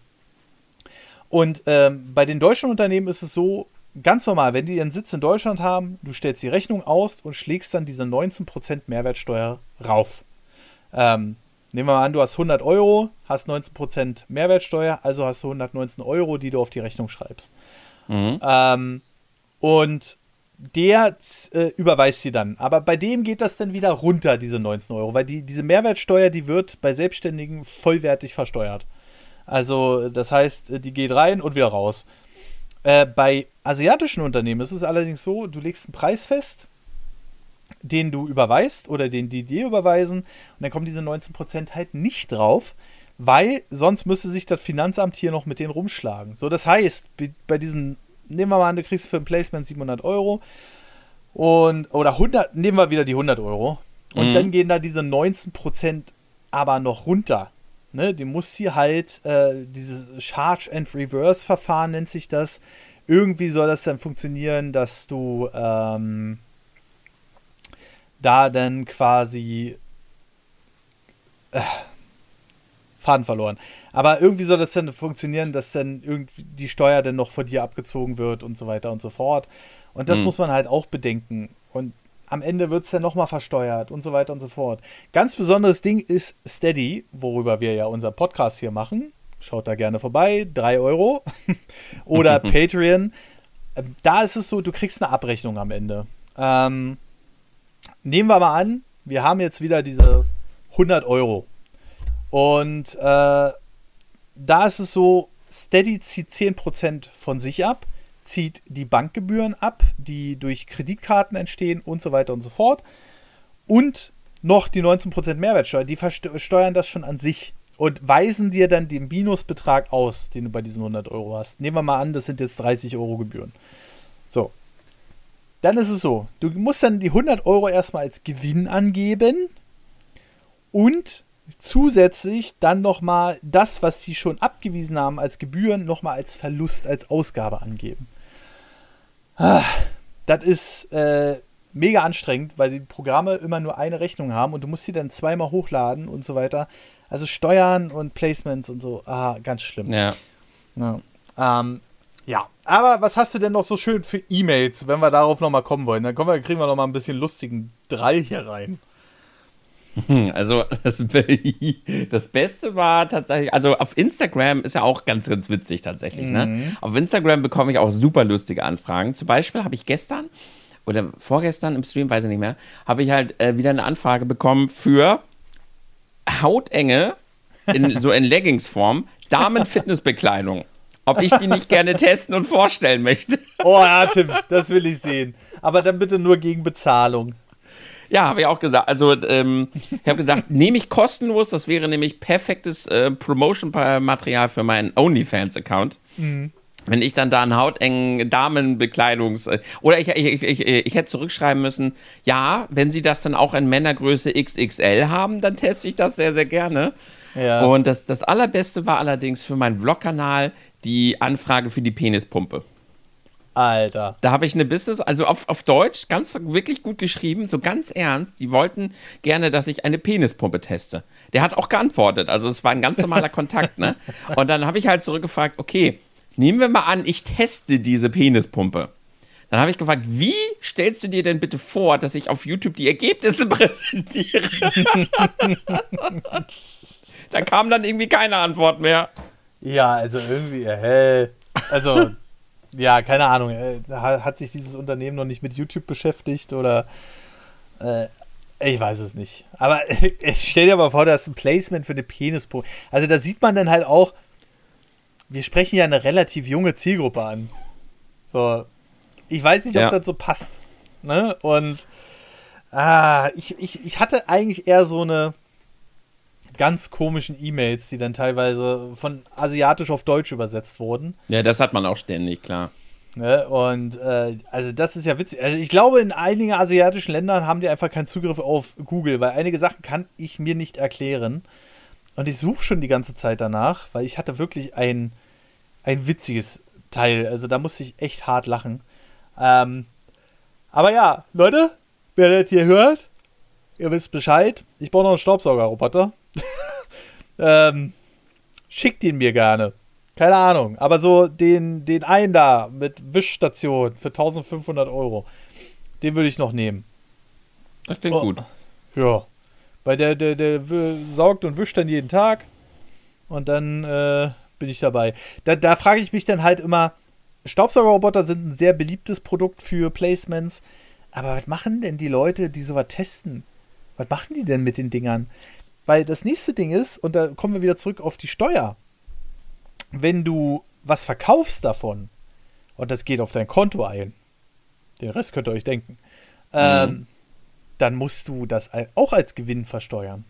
Und ähm, bei den deutschen Unternehmen ist es so, ganz normal, wenn die ihren Sitz in Deutschland haben, du stellst die Rechnung aus und schlägst dann diese neunzehn Prozent Mehrwertsteuer rauf. Ähm, Nehmen wir mal an, du hast hundert Euro, hast neunzehn Prozent Mehrwertsteuer, also hast du hundertneunzehn Euro, die du auf die Rechnung schreibst. Mhm. Ähm, und der äh, überweist sie dann. Aber bei dem geht das dann wieder runter, diese neunzehn Euro, weil die, diese Mehrwertsteuer, die wird bei Selbstständigen vollwertig versteuert. Also das heißt, die geht rein und wieder raus. Äh, bei asiatischen Unternehmen ist es allerdings so, du legst einen Preis fest, den du überweist oder den die dir überweisen und dann kommen diese neunzehn Prozent halt nicht drauf, weil sonst müsste sich das Finanzamt hier noch mit denen rumschlagen. So, das heißt, bei diesen, nehmen wir mal an, du kriegst für ein Placement siebenhundert Euro und, oder hundert, nehmen wir wieder die hundert Euro und mhm. dann gehen da diese neunzehn Prozent aber noch runter. Ne, die muss hier halt, äh, dieses Charge and Reverse Verfahren nennt sich das. Irgendwie soll das dann funktionieren, dass du, ähm, da dann quasi äh, Faden verloren. Aber irgendwie soll das dann funktionieren, dass dann irgendwie die Steuer dann noch von dir abgezogen wird und so weiter und so fort. Und das mhm. muss man halt auch bedenken. Und am Ende wird es dann nochmal versteuert und so weiter und so fort. Ganz besonderes Ding ist Steady, worüber wir ja unser Podcast hier machen. Schaut da gerne vorbei, drei Euro. Oder Patreon. Da ist es so, du kriegst eine Abrechnung am Ende. Ähm, Nehmen wir mal an, wir haben jetzt wieder diese hundert Euro. Und äh, da ist es so, Steady zieht zehn Prozent von sich ab, zieht die Bankgebühren ab, die durch Kreditkarten entstehen und so weiter und so fort. Und noch die neunzehn Prozent Mehrwertsteuer, die versteuern das schon an sich und weisen dir dann den Minusbetrag aus, den du bei diesen hundert Euro hast. Nehmen wir mal an, das sind jetzt dreißig Euro Gebühren. So. Dann ist es so, du musst dann die hundert Euro erstmal als Gewinn angeben und zusätzlich dann nochmal das, was sie schon abgewiesen haben als Gebühren, nochmal als Verlust, als Ausgabe angeben. Das ist äh, mega anstrengend, weil die Programme immer nur eine Rechnung haben und du musst sie dann zweimal hochladen und so weiter. Also Steuern und Placements und so, ah, ganz schlimm. Ja. Ja. Ähm, Ja, aber was hast du denn noch so schön für E-Mails, wenn wir darauf nochmal kommen wollen? Dann kommen wir, kriegen wir nochmal ein bisschen lustigen Drall hier rein. Also das, das Beste war tatsächlich, also auf Instagram ist ja auch ganz, ganz witzig tatsächlich. Mhm. Ne? Auf Instagram bekomme ich auch super lustige Anfragen. Zum Beispiel habe ich gestern oder vorgestern im Stream, weiß ich nicht mehr, habe ich halt äh, wieder eine Anfrage bekommen für Hautenge, in, so in Leggingsform, Damen-Fitnessbekleidung. ob ich die nicht gerne testen und vorstellen möchte. Oh ja, Tim, das will ich sehen. Aber dann bitte nur gegen Bezahlung. Ja, habe ich auch gesagt. Also ähm, ich habe gedacht, nehme ich kostenlos, das wäre nämlich perfektes äh, Promotion-Material für meinen OnlyFans-Account. Mhm. Wenn ich dann da einen hautengen Damenbekleidungs... Oder ich, ich, ich, ich hätte zurückschreiben müssen, ja, wenn Sie das dann auch in Männergröße X X L haben, dann teste ich das sehr, sehr gerne. Ja. Und das, das Allerbeste war allerdings für meinen Vlog-Kanal die Anfrage für die Penispumpe. Alter. Da habe ich eine Business, also auf, auf Deutsch, ganz wirklich gut geschrieben, so ganz ernst. Die wollten gerne, dass ich eine Penispumpe teste. Der hat auch geantwortet, also es war ein ganz normaler Kontakt, ne? Und dann habe ich halt zurückgefragt, okay, nehmen wir mal an, ich teste diese Penispumpe. Dann habe ich gefragt, wie stellst du dir denn bitte vor, dass ich auf YouTube die Ergebnisse präsentiere? Da kam dann irgendwie keine Antwort mehr. Ja, also irgendwie, hä? Also... Ja, keine Ahnung. Hat sich dieses Unternehmen noch nicht mit YouTube beschäftigt oder äh, ich weiß es nicht. Aber stell dir mal vor, da ist ein Placement für eine Penispumpe. Also da sieht man dann halt auch, wir sprechen ja eine relativ junge Zielgruppe an. So, ich weiß nicht, ob ja. das so passt. Ne? Und ah, ich, ich, ich hatte eigentlich eher so eine ganz komischen E-Mails, die dann teilweise von asiatisch auf Deutsch übersetzt wurden. Ja, das hat man auch ständig, klar. Ne? Und äh, also das ist ja witzig. Also ich glaube, in einigen asiatischen Ländern haben die einfach keinen Zugriff auf Google, weil einige Sachen kann ich mir nicht erklären. Und ich suche schon die ganze Zeit danach, weil ich hatte wirklich ein, ein witziges Teil. Also da musste ich echt hart lachen. Ähm, aber ja, Leute, wer das hier hört, ihr wisst Bescheid. Ich brauche noch einen Staubsaugerroboter. ähm, schickt ihn mir gerne. Keine Ahnung. Aber so den, den einen da mit Wischstation für eintausendfünfhundert Euro, den würde ich noch nehmen. Das klingt oh, gut. Ja. Weil der, der, der saugt und wischt dann jeden Tag. Und dann äh, bin ich dabei. Da, da frage ich mich dann halt immer, Staubsaugerroboter sind ein sehr beliebtes Produkt für Placements. Aber was machen denn die Leute, die sowas testen? Was machen die denn mit den Dingern? Weil das nächste Ding ist, und da kommen wir wieder zurück auf die Steuer, wenn du was verkaufst davon und das geht auf dein Konto ein, den Rest könnt ihr euch denken, mhm. ähm, dann musst du das auch als Gewinn versteuern.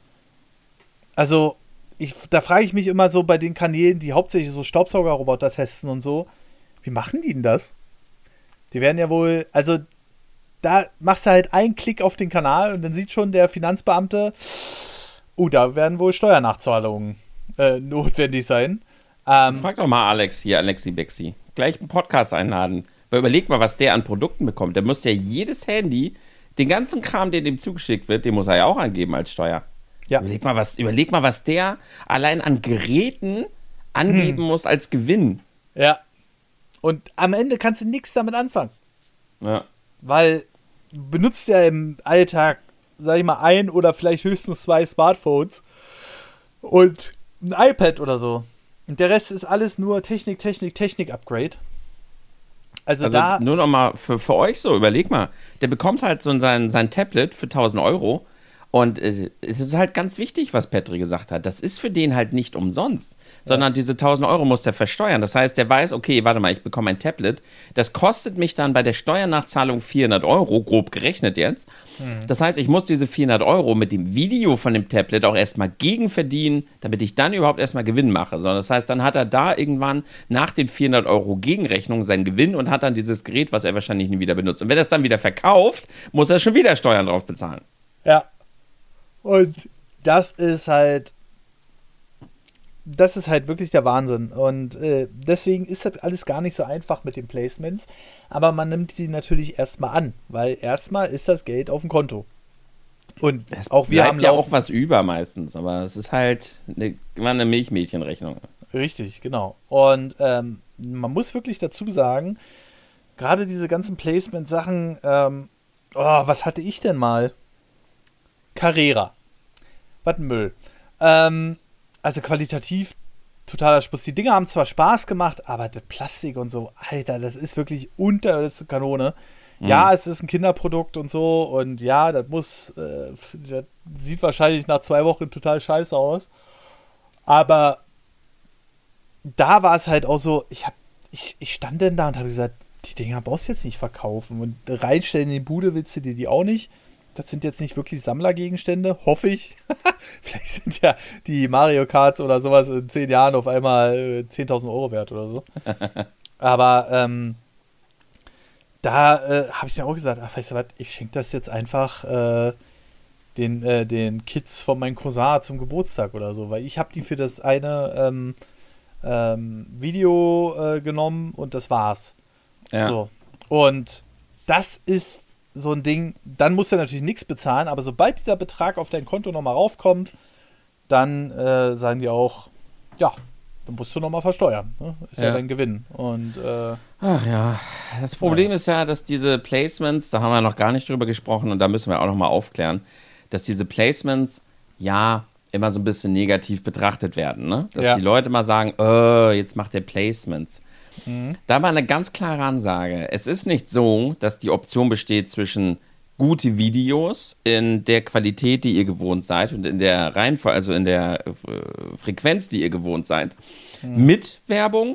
Also, ich, da frage ich mich immer so bei den Kanälen, die hauptsächlich so Staubsaugerroboter testen und so, wie machen die denn das? Die werden ja wohl, also da machst du halt einen Klick auf den Kanal und dann sieht schon der Finanzbeamte, oh, uh, da werden wohl Steuernachzahlungen äh, notwendig sein. Ähm, Frag doch mal Alex hier, Alexi Bexi. Gleich einen Podcast einladen. Weil überleg mal, was der an Produkten bekommt. Der muss ja jedes Handy, den ganzen Kram, der dem zugeschickt wird, den muss er ja auch angeben als Steuer. Ja. Überleg mal, was, überleg mal, was der allein an Geräten angeben hm. muss als Gewinn. Ja. Und am Ende kannst du nichts damit anfangen. Ja. Weil du benutzt ja im Alltag, sag ich mal, ein oder vielleicht höchstens zwei Smartphones und ein iPad oder so. Und der Rest ist alles nur Technik, Technik, Technik-Upgrade. Also, also da... nur noch mal für, für euch so, überleg mal. Der bekommt halt so sein, sein Tablet für tausend Euro und äh, es ist halt ganz wichtig, was Petri gesagt hat. Das ist für den halt nicht umsonst, ja. sondern diese tausend Euro muss der versteuern. Das heißt, der weiß, okay, warte mal, ich bekomme ein Tablet. Das kostet mich dann bei der Steuernachzahlung vierhundert Euro, grob gerechnet jetzt. Hm. Das heißt, ich muss diese vierhundert Euro mit dem Video von dem Tablet auch erstmal gegenverdienen, damit ich dann überhaupt erstmal Gewinn mache. Sondern das heißt, dann hat er da irgendwann nach den vierhundert Euro Gegenrechnung seinen Gewinn und hat dann dieses Gerät, was er wahrscheinlich nie wieder benutzt. Und wenn er es dann wieder verkauft, muss er schon wieder Steuern drauf bezahlen. Ja. Und das ist halt, das ist halt wirklich der Wahnsinn. Und äh, deswegen ist das alles gar nicht so einfach mit den Placements. Aber man nimmt sie natürlich erstmal an, weil erstmal ist das Geld auf dem Konto. Und es auch wir haben ja auch was über meistens, aber es ist halt eine, immer eine Milchmädchenrechnung. Richtig, genau. Und ähm, man muss wirklich dazu sagen, gerade diese ganzen Placement-Sachen, ähm, oh, was hatte ich denn mal? Carrera. Was Müll. Ähm, also qualitativ totaler Spaß. Die Dinger haben zwar Spaß gemacht, aber das Plastik und so, Alter, das ist wirklich unter das Kanone. Mhm. Ja, es ist ein Kinderprodukt und so und ja, das muss, äh, das sieht wahrscheinlich nach zwei Wochen total scheiße aus. Aber da war es halt auch so, ich, hab, ich, ich stand denn da und habe gesagt, die Dinger brauchst du jetzt nicht verkaufen. Und reinstellen in die Bude willst du dir die auch nicht. Das sind jetzt nicht wirklich Sammlergegenstände, hoffe ich. Vielleicht sind ja die Mario Karts oder sowas in zehn Jahren auf einmal äh, zehntausend Euro wert oder so. Aber ähm, da äh, habe ich dann auch gesagt, ach, weißt du was, ich schenke das jetzt einfach äh, den, äh, den Kids von meinem Cousin zum Geburtstag oder so. Weil ich habe die für das eine ähm, ähm, Video äh, genommen und das war's. Ja. So. Und das ist so ein Ding, dann musst du natürlich nichts bezahlen, aber sobald dieser Betrag auf dein Konto nochmal raufkommt, dann äh, sagen die auch, ja, dann musst du nochmal versteuern. Ne? Ist ja. ja dein Gewinn. Und, äh, Ach ja, das Problem ja. ist ja, dass diese Placements, da haben wir noch gar nicht drüber gesprochen und da müssen wir auch nochmal aufklären, dass diese Placements ja immer so ein bisschen negativ betrachtet werden. Ne? Dass ja. die Leute mal sagen, oh, jetzt macht der Placements. Mhm. Da war eine ganz klare Ansage. Es ist nicht so, dass die Option besteht zwischen gute Videos in der Qualität, die ihr gewohnt seid und in der Reihenfolge, also in der äh, Frequenz, die ihr gewohnt seid, mhm. mit Werbung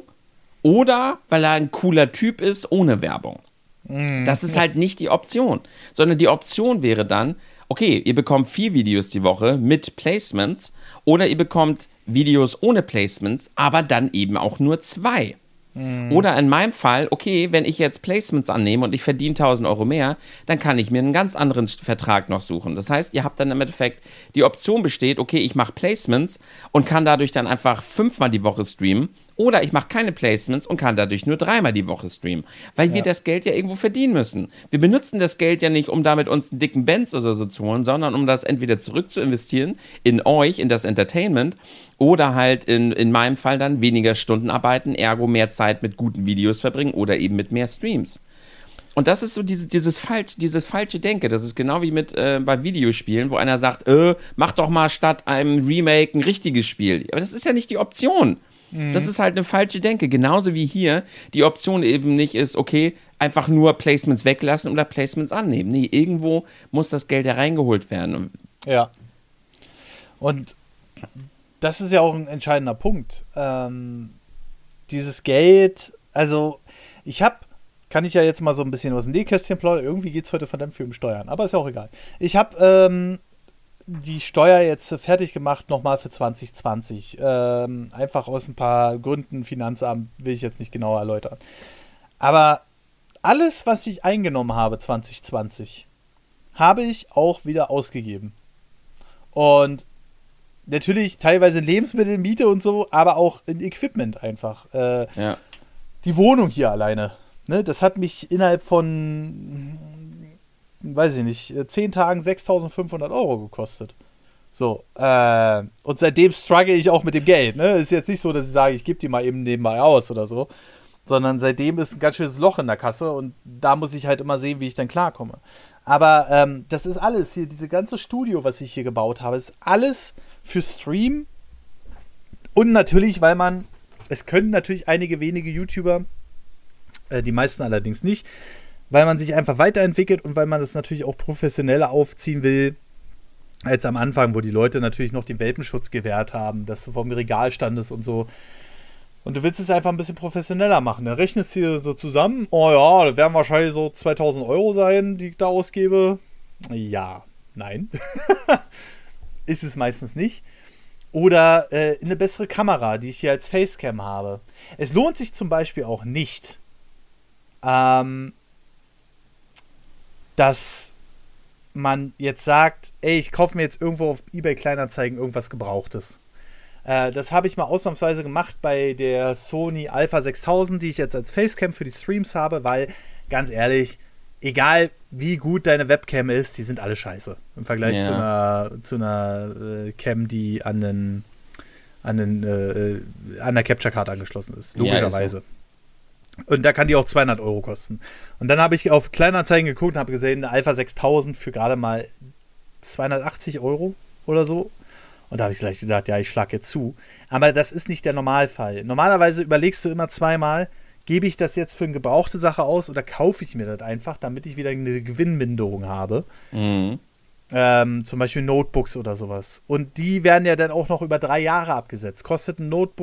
oder weil er ein cooler Typ ist, ohne Werbung. Mhm. Das ist halt nicht die Option, sondern die Option wäre dann, okay, ihr bekommt vier Videos die Woche mit Placements oder ihr bekommt Videos ohne Placements, aber dann eben auch nur zwei. Oder in meinem Fall, okay, wenn ich jetzt Placements annehme und ich verdiene tausend Euro mehr, dann kann ich mir einen ganz anderen Vertrag noch suchen. Das heißt, ihr habt dann im Endeffekt, die Option besteht, okay, ich mache Placements und kann dadurch dann einfach fünfmal die Woche streamen. Oder ich mache keine Placements und kann dadurch nur dreimal die Woche streamen. Weil ja. wir das Geld ja irgendwo verdienen müssen. Wir benutzen das Geld ja nicht, um damit uns einen dicken Benz oder so zu holen, sondern um das entweder zurück zu investieren in euch, in das Entertainment oder halt in, in meinem Fall dann weniger Stunden arbeiten, ergo mehr Zeit mit guten Videos verbringen oder eben mit mehr Streams. Und das ist so diese, dieses, falsch, dieses falsche Denke. Das ist genau wie mit äh, bei Videospielen, wo einer sagt, äh, mach doch mal statt einem Remake ein richtiges Spiel. Aber das ist ja nicht die Option. Das ist halt eine falsche Denke. Genauso wie hier die Option eben nicht ist, okay, einfach nur Placements weglassen oder Placements annehmen. Nee, irgendwo muss das Geld ja reingeholt werden. Ja. Und das ist ja auch ein entscheidender Punkt. Ähm, dieses Geld, also ich habe, kann ich ja jetzt mal so ein bisschen aus dem Nähkästchen plaudern, irgendwie geht es heute verdammt viel um Steuern, aber ist ja auch egal. Ich habe ähm, die Steuer jetzt fertig gemacht, nochmal für zwanzig zwanzig. Ähm, einfach aus ein paar Gründen, Finanzamt, will ich jetzt nicht genauer erläutern. Aber alles, was ich eingenommen habe zwanzig zwanzig, habe ich auch wieder ausgegeben. Und natürlich teilweise Lebensmittel, Miete und so, aber auch in Equipment einfach. Äh, ja. Die Wohnung hier alleine, ne, das hat mich innerhalb von, weiß ich nicht, zehn Tagen sechstausendfünfhundert Euro gekostet. So, äh, und seitdem struggle ich auch mit dem Geld, ne? Ist jetzt nicht so, dass ich sage, ich gebe die mal eben nebenbei aus oder so, sondern seitdem ist ein ganz schönes Loch in der Kasse und da muss ich halt immer sehen, wie ich dann klarkomme. Aber ähm, das ist alles hier, diese ganze Studio, was ich hier gebaut habe, ist alles für Stream und natürlich, weil man, es können natürlich einige wenige YouTuber, äh, die meisten allerdings nicht, weil man sich einfach weiterentwickelt und weil man das natürlich auch professioneller aufziehen will, als am Anfang, wo die Leute natürlich noch den Welpenschutz gewährt haben, dass du vom Regal standest und so. Und du willst es einfach ein bisschen professioneller machen. Da rechnest du hier so zusammen, oh ja, das werden wahrscheinlich so zweitausend Euro sein, die ich da ausgebe. Ja, nein. Ist es meistens nicht. Oder äh, eine bessere Kamera, die ich hier als Facecam habe. Es lohnt sich zum Beispiel auch nicht, ähm, dass man jetzt sagt, ey, ich kaufe mir jetzt irgendwo auf eBay Kleinanzeigen irgendwas Gebrauchtes. Äh, das habe ich mal ausnahmsweise gemacht bei der Sony Alpha sechstausend, die ich jetzt als Facecam für die Streams habe, weil, ganz ehrlich, egal wie gut deine Webcam ist, die sind alle scheiße. Im Vergleich ja. zu einer, zu einer äh, Cam, die an den, an den äh, an der Capture Card angeschlossen ist, logischerweise. Ja, ist so. Und da kann die auch zweihundert Euro kosten. Und dann habe ich auf Kleinanzeigen geguckt und habe gesehen, eine Alpha sechstausend für gerade mal zweihundertachtzig Euro oder so. Und da habe ich gleich gesagt, ja, ich schlage jetzt zu. Aber das ist nicht der Normalfall. Normalerweise überlegst du immer zweimal, gebe ich das jetzt für eine gebrauchte Sache aus oder kaufe ich mir das einfach, damit ich wieder eine Gewinnminderung habe. Mhm. Ähm, zum Beispiel Notebooks oder sowas. Und die werden ja dann auch noch über drei Jahre abgesetzt. Kostet ein Notebook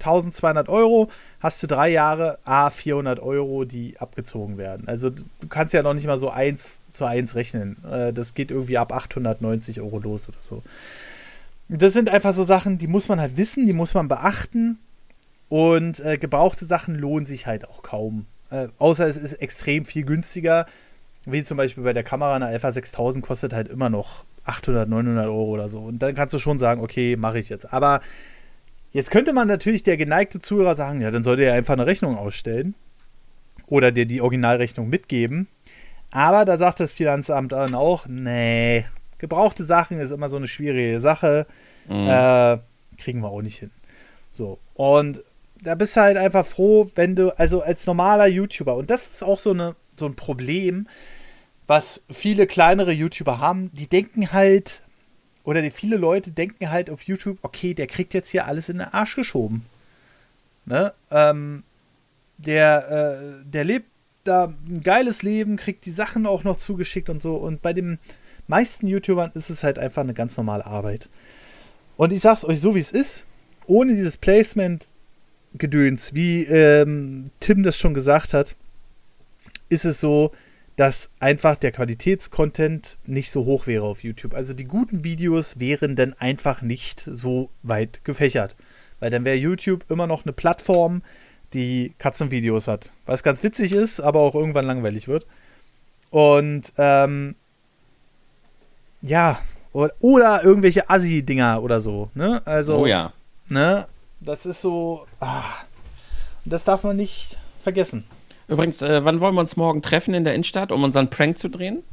tausendzweihundert Euro, hast du drei Jahre, a vierhundert Euro, die abgezogen werden. Also du kannst ja noch nicht mal so eins zu eins rechnen. Das geht irgendwie ab achthundertneunzig Euro los oder so. Das sind einfach so Sachen, die muss man halt wissen, die muss man beachten. Und äh, gebrauchte Sachen lohnen sich halt auch kaum. Äh, außer es ist extrem viel günstiger. Wie zum Beispiel bei der Kamera, eine Alpha sechstausend kostet halt immer noch achthundert, neunhundert Euro oder so. Und dann kannst du schon sagen, okay, mache ich jetzt. Aber jetzt könnte man natürlich der geneigte Zuhörer sagen, ja, dann sollte er einfach eine Rechnung ausstellen. Oder dir die Originalrechnung mitgeben. Aber da sagt das Finanzamt dann auch, nee, gebrauchte Sachen ist immer so eine schwierige Sache. Mhm. Äh, kriegen wir auch nicht hin. So, und da bist du halt einfach froh, wenn du, also als normaler YouTuber, und das ist auch so, eine, so ein Problem, was viele kleinere YouTuber haben, die denken halt, oder die viele Leute denken halt auf YouTube, okay, der kriegt jetzt hier alles in den Arsch geschoben. Ne? Ähm, der, äh, der lebt da ein geiles Leben, kriegt die Sachen auch noch zugeschickt und so, und bei den meisten YouTubern ist es halt einfach eine ganz normale Arbeit. Und ich sag's euch so, wie es ist, ohne dieses Placement Gedöns, wie ähm, Tim das schon gesagt hat, ist es so, dass einfach der Qualitätscontent nicht so hoch wäre auf YouTube. Also die guten Videos wären dann einfach nicht so weit gefächert. Weil dann wäre YouTube immer noch eine Plattform, die Katzenvideos hat. Was ganz witzig ist, aber auch irgendwann langweilig wird. Und ähm, ja, oder, oder irgendwelche Assi-Dinger oder so. Ne? Also, oh ja. Ne? Das ist so, ah, das darf man nicht vergessen. Übrigens, äh, wann wollen wir uns morgen treffen in der Innenstadt, um unseren Prank zu drehen?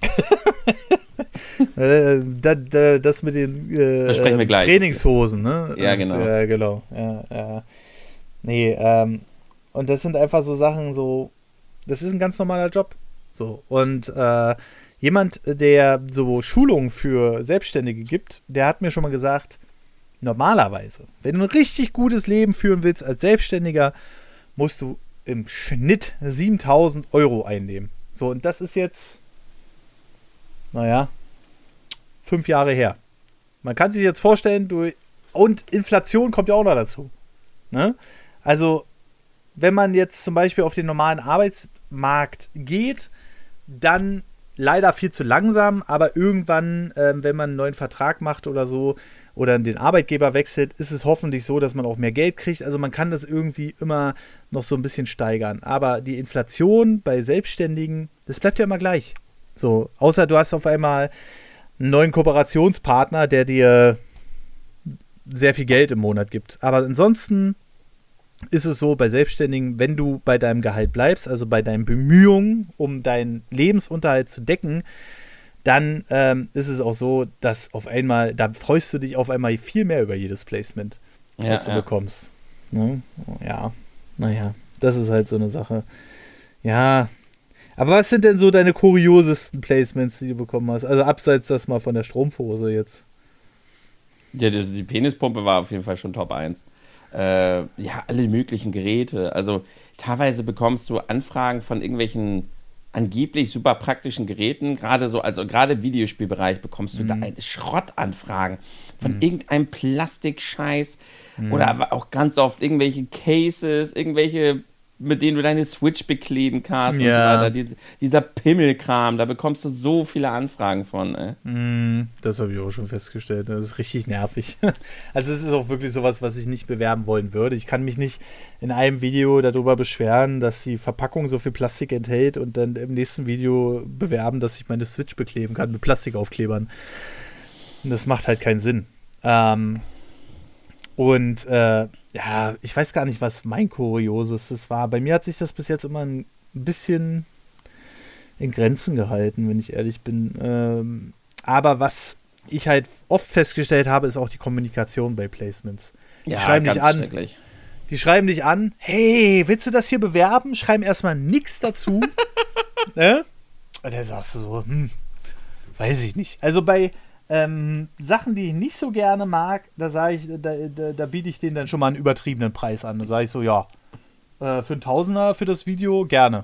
äh, da, da, das mit den äh, wir gleich. Trainingshosen, ne? Ja, genau. Ja, genau. Ja, ja. Nee, ähm, und das sind einfach so Sachen, so, das ist ein ganz normaler Job. So, und äh, jemand, der so Schulungen für Selbstständige gibt, der hat mir schon mal gesagt, normalerweise, wenn du ein richtig gutes Leben führen willst als Selbstständiger, musst du im Schnitt siebentausend Euro einnehmen. So, und das ist jetzt, naja, fünf Jahre her. Man kann sich jetzt vorstellen, du, und Inflation kommt ja auch noch dazu. Ne? Also, wenn man jetzt zum Beispiel auf den normalen Arbeitsmarkt geht, dann leider viel zu langsam, aber irgendwann, äh, wenn man einen neuen Vertrag macht oder so, oder den Arbeitgeber wechselt, ist es hoffentlich so, dass man auch mehr Geld kriegt. Also man kann das irgendwie immer noch so ein bisschen steigern. Aber die Inflation bei Selbstständigen, das bleibt ja immer gleich. So, außer du hast auf einmal einen neuen Kooperationspartner, der dir sehr viel Geld im Monat gibt. Aber ansonsten ist es so bei Selbstständigen, wenn du bei deinem Gehalt bleibst, also bei deinen Bemühungen, um deinen Lebensunterhalt zu decken, dann ähm, ist es auch so, dass auf einmal, da freust du dich auf einmal viel mehr über jedes Placement, ja, was du ja. bekommst. Ne? Ja, naja, das ist halt so eine Sache. Ja, aber was sind denn so deine kuriosesten Placements, die du bekommen hast? Also abseits das mal von der Strumpfhose jetzt. Ja, die, die Penispumpe war auf jeden Fall schon Top eins. Äh, ja, alle möglichen Geräte. Also teilweise bekommst du Anfragen von irgendwelchen angeblich super praktischen Geräten, gerade so, also gerade im Videospielbereich bekommst du mhm. da eine Schrottanfragen von mhm. irgendeinem Plastikscheiß mhm. oder aber auch ganz oft irgendwelche Cases, irgendwelche, mit denen du deine Switch bekleben kannst ja. und so weiter. Dies, dieser Pimmelkram, da bekommst du so viele Anfragen von. Ey. Mm, das habe ich auch schon festgestellt. Das ist richtig nervig. Also es ist auch wirklich sowas, was ich nicht bewerben wollen würde. Ich kann mich nicht in einem Video darüber beschweren, dass die Verpackung so viel Plastik enthält und dann im nächsten Video bewerben, dass ich meine Switch bekleben kann mit Plastikaufklebern. Und das macht halt keinen Sinn. Ähm, und äh, ja, ich weiß gar nicht, was mein Kuriosestes war. Bei mir hat sich das bis jetzt immer ein bisschen in Grenzen gehalten, wenn ich ehrlich bin. Ähm, aber was ich halt oft festgestellt habe, ist auch die Kommunikation bei Placements. Die ja, schreiben ganz dich an. schrecklich. Die schreiben dich an, hey, willst du das hier bewerben? Schreiben erstmal nichts dazu. Ne? Und dann sagst du so, hm, weiß ich nicht. Also bei Ähm, Sachen, die ich nicht so gerne mag, da sage ich, da, da, da biete ich denen dann schon mal einen übertriebenen Preis an. Da sage ich so, ja, äh, für einen Tausender für das Video gerne.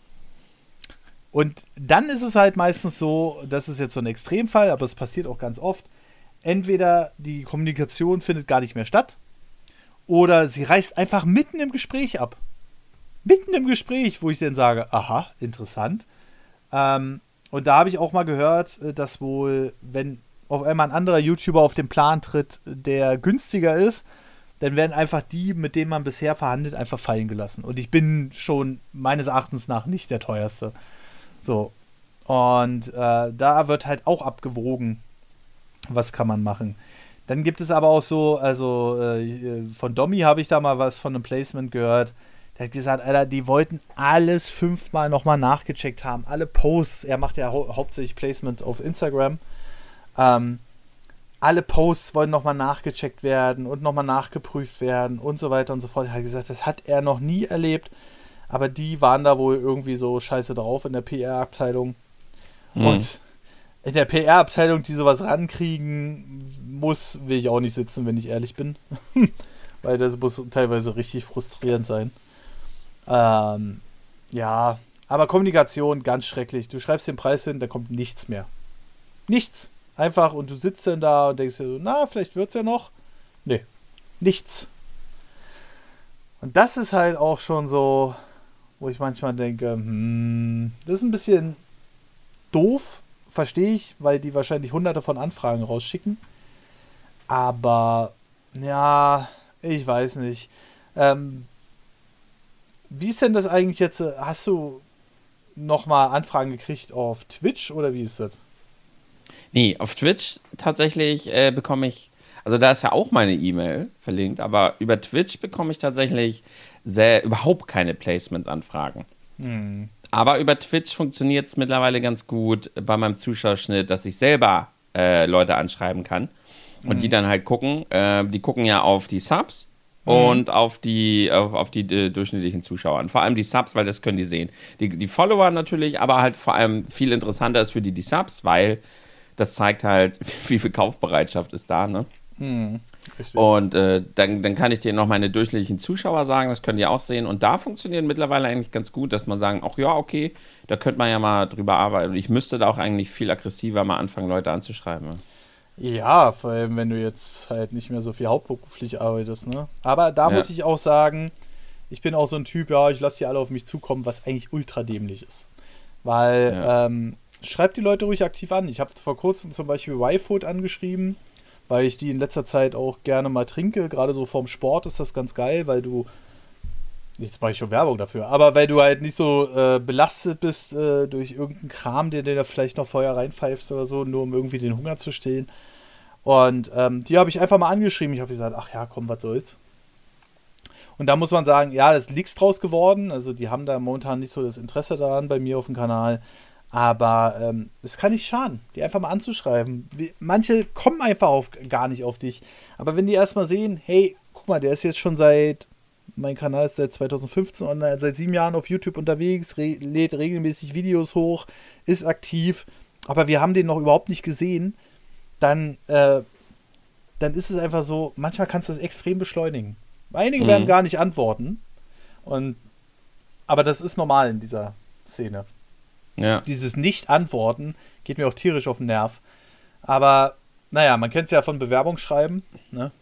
Und dann ist es halt meistens so, das ist jetzt so ein Extremfall, aber es passiert auch ganz oft, entweder die Kommunikation findet gar nicht mehr statt Oder sie reißt einfach mitten im Gespräch ab. Mitten im Gespräch, wo ich dann sage, aha, interessant. Ähm, und da habe ich auch mal gehört, dass wohl, wenn auf einmal ein anderer YouTuber auf den Plan tritt, der günstiger ist, dann werden einfach die, mit denen man bisher verhandelt, einfach fallen gelassen. Und ich bin schon meines Erachtens nach nicht der teuerste. So. Und äh, da wird halt auch abgewogen, was kann man machen. Dann gibt es aber auch so, also äh, von Domi habe ich da mal was von einem Placement gehört. Der hat gesagt, Alter, die wollten alles fünfmal nochmal nachgecheckt haben. Alle Posts, er macht ja hau- hauptsächlich Placement auf Instagram. Ähm, alle Posts wollen nochmal nachgecheckt werden und nochmal nachgeprüft werden und so weiter und so fort. Er hat gesagt, das hat er noch nie erlebt. Aber die waren da wohl irgendwie so scheiße drauf in der P R-Abteilung. Mhm. Und in der P R-Abteilung, die sowas rankriegen muss, will ich auch nicht sitzen, wenn ich ehrlich bin. Weil das muss teilweise richtig frustrierend sein. Ähm, ja, aber Kommunikation, ganz schrecklich. Du schreibst den Preis hin, da kommt nichts mehr. Nichts. Einfach, und du sitzt dann da und denkst dir so, na, vielleicht wird's ja noch. Nee, nichts. Und das ist halt auch schon so, wo ich manchmal denke, hm, das ist ein bisschen doof, verstehe ich, weil die wahrscheinlich hunderte von Anfragen rausschicken. Aber, ja, ich weiß nicht. Ähm, wie ist denn das eigentlich jetzt? Hast du nochmal Anfragen gekriegt auf Twitch oder wie ist das? Nee, auf Twitch tatsächlich äh, bekomme ich, also da ist ja auch meine E-Mail verlinkt, aber über Twitch bekomme ich tatsächlich sehr, überhaupt keine Placements-Anfragen. Hm. Aber über Twitch funktioniert es mittlerweile ganz gut bei meinem Zuschauerschnitt, dass ich selber äh, Leute anschreiben kann und hm. die dann halt gucken. Äh, die gucken ja auf die Subs hm. und auf die, auf, auf die äh, durchschnittlichen Zuschauer an. Vor allem die Subs, weil das können die sehen. Die, die Follower natürlich, aber halt vor allem viel interessanter ist für die die Subs, weil das zeigt halt, wie viel Kaufbereitschaft ist da, ne? Hm, und äh, dann, dann kann ich dir noch meine durchschnittlichen Zuschauer sagen, das können die auch sehen. Und da funktioniert mittlerweile eigentlich ganz gut, dass man sagen, ach ja, okay, da könnte man ja mal drüber arbeiten. Und ich müsste da auch eigentlich viel aggressiver mal anfangen, Leute anzuschreiben. Ja, vor allem, wenn du jetzt halt nicht mehr so viel hauptberuflich arbeitest, ne? Aber da ja. muss ich auch sagen, ich bin auch so ein Typ, ja, ich lasse die alle auf mich zukommen, was eigentlich ultra dämlich ist. Weil, ja. ähm, schreibt die Leute ruhig aktiv an. Ich habe vor kurzem zum Beispiel Y-Food angeschrieben, weil ich die in letzter Zeit auch gerne mal trinke. Gerade so vorm Sport ist das ganz geil, weil du, jetzt mache ich schon Werbung dafür, aber weil du halt nicht so äh, belastet bist äh, durch irgendeinen Kram, den du da vielleicht noch vorher reinpfeifst oder so, nur um irgendwie den Hunger zu stillen. Und ähm, die habe ich einfach mal angeschrieben. Ich habe gesagt, ach ja, komm, was soll's. Und da muss man sagen, ja, das ist nichts draus geworden. Also die haben da momentan nicht so das Interesse daran bei mir auf dem Kanal. Aber ähm, es kann nicht schaden, die einfach mal anzuschreiben. Wie, manche kommen einfach auf, gar nicht auf dich. Aber wenn die erstmal sehen, hey, guck mal, der ist jetzt schon seit, mein Kanal ist seit zweitausendfünfzehn online, seit sieben Jahren auf YouTube unterwegs, re- lädt regelmäßig Videos hoch, ist aktiv, aber wir haben den noch überhaupt nicht gesehen, dann, äh, dann ist es einfach so, manchmal kannst du das extrem beschleunigen. Einige mhm. werden gar nicht antworten. Und, aber das ist normal in dieser Szene. Ja. Dieses Nicht-Antworten geht mir auch tierisch auf den Nerv. Aber, naja, man kennt es ja von Bewerbungsschreiben. Ne?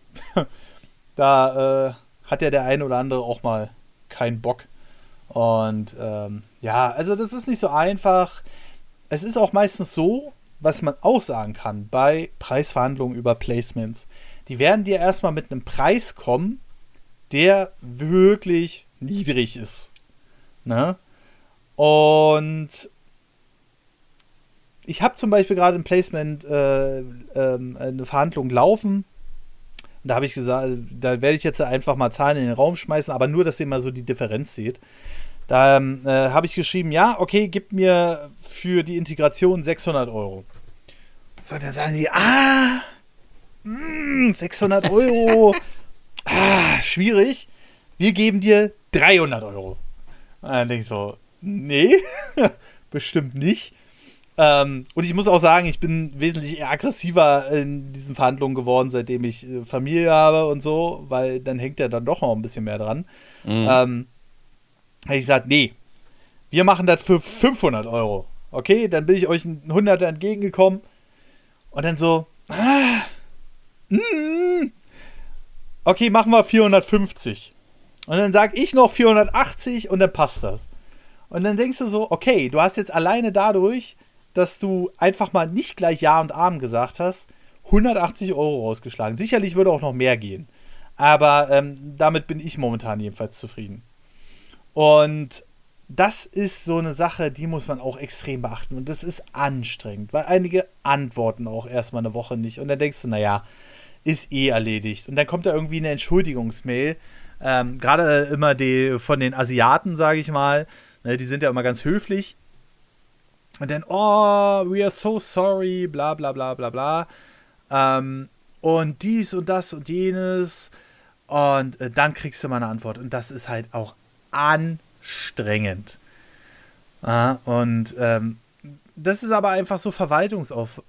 Da äh, hat ja der eine oder andere auch mal keinen Bock. Und ähm, ja, also das ist nicht so einfach. Es ist auch meistens so, was man auch sagen kann bei Preisverhandlungen über Placements. Die werden dir erstmal mit einem Preis kommen, der wirklich niedrig ist. Ne? Und ich habe zum Beispiel gerade ein Placement, äh, ähm, eine Verhandlung laufen. Und da habe ich gesagt, da werde ich jetzt einfach mal Zahlen in den Raum schmeißen, aber nur, dass ihr mal so die Differenz seht. Da ähm, äh, habe ich geschrieben, ja, okay, gib mir für die Integration sechshundert Euro. So, dann sagen sie, ah, mh, sechshundert Euro, ah, schwierig. Wir geben dir dreihundert Euro. Und dann denke ich so, nee, bestimmt nicht. Ähm, und ich muss auch sagen, ich bin wesentlich eher aggressiver in diesen Verhandlungen geworden, seitdem ich äh, Familie habe und so, weil dann hängt ja dann doch noch ein bisschen mehr dran. Mhm. Ähm, habe ich gesagt, nee, wir machen das für fünfhundert Euro. Okay, dann bin ich euch ein Hunderter entgegengekommen und dann so, ah, mm, okay, machen wir vierhundertfünfzig. Und dann sag ich noch vierhundertachtzig und dann passt das. Und dann denkst du so, okay, du hast jetzt alleine dadurch, dass du einfach mal nicht gleich Ja und Amen gesagt hast, hundertachtzig Euro rausgeschlagen. Sicherlich würde auch noch mehr gehen. Aber ähm, damit bin ich momentan jedenfalls zufrieden. Und das ist so eine Sache, die muss man auch extrem beachten. Und das ist anstrengend, weil einige antworten auch erstmal eine Woche nicht. Und dann denkst du, naja, ist eh erledigt. Und dann kommt da irgendwie eine Entschuldigungsmail. Ähm, Gerade immer die von den Asiaten, sage ich mal. Ne, die sind ja immer ganz höflich. Und dann, oh, we are so sorry, bla bla bla bla bla. Ähm, und dies und das und jenes. Und äh, dann kriegst du mal eine Antwort. Und das ist halt auch anstrengend. Ah, und ähm, das ist aber einfach so Verwaltungsaufwand,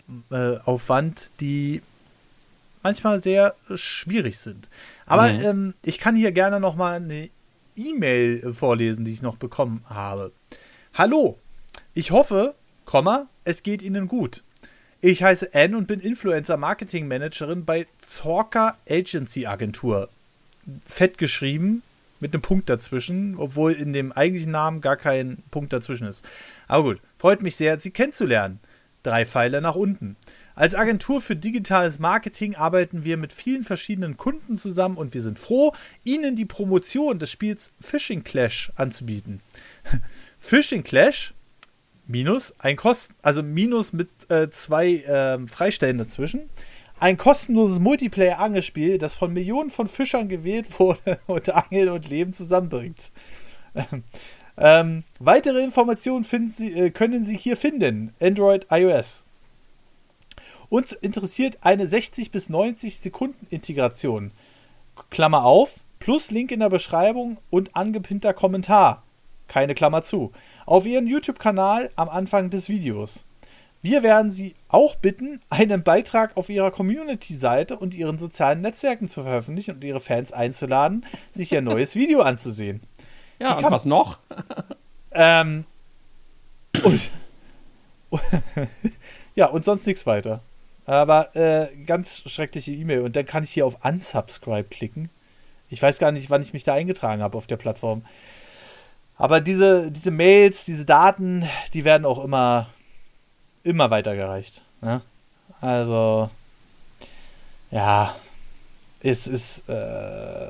äh, die manchmal sehr schwierig sind. Aber mhm. ähm, ich kann hier gerne noch mal eine E-Mail vorlesen, die ich noch bekommen habe. Hallo, ich hoffe, Komma, es geht Ihnen gut. Ich heiße Anne und bin Influencer-Marketing-Managerin bei Zorka Agency Agentur. Fett geschrieben, mit einem Punkt dazwischen, obwohl in dem eigentlichen Namen gar kein Punkt dazwischen ist. Aber gut, freut mich sehr, Sie kennenzulernen. Drei Pfeile nach unten. Als Agentur für digitales Marketing arbeiten wir mit vielen verschiedenen Kunden zusammen und wir sind froh, Ihnen die Promotion des Spiels Fishing Clash anzubieten. Fishing Clash minus ein Kosten, also minus mit äh, zwei äh, Freistellen dazwischen. Ein kostenloses Multiplayer-Angelspiel, das von Millionen von Fischern gewählt wurde und Angeln und Leben zusammenbringt. ähm, weitere Informationen finden Sie, äh, können Sie hier finden. Android, iOS. Uns interessiert eine sechzig bis neunzig Sekunden Integration. Klammer auf, plus Link in der Beschreibung und angepinnter Kommentar. Keine Klammer zu. Auf Ihren YouTube-Kanal am Anfang des Videos. Wir werden Sie auch bitten, einen Beitrag auf Ihrer Community-Seite und Ihren sozialen Netzwerken zu veröffentlichen und Ihre Fans einzuladen, sich Ihr neues Video anzusehen. Ja, und was noch? Ähm, und, ja, und sonst nichts weiter. Aber äh, ganz schreckliche E-Mail. Und dann kann ich hier auf Unsubscribe klicken. Ich weiß gar nicht, wann ich mich da eingetragen habe auf der Plattform. Aber diese, diese Mails, diese Daten, die werden auch immer, immer weitergereicht. Ne? Also, ja, es ist, äh,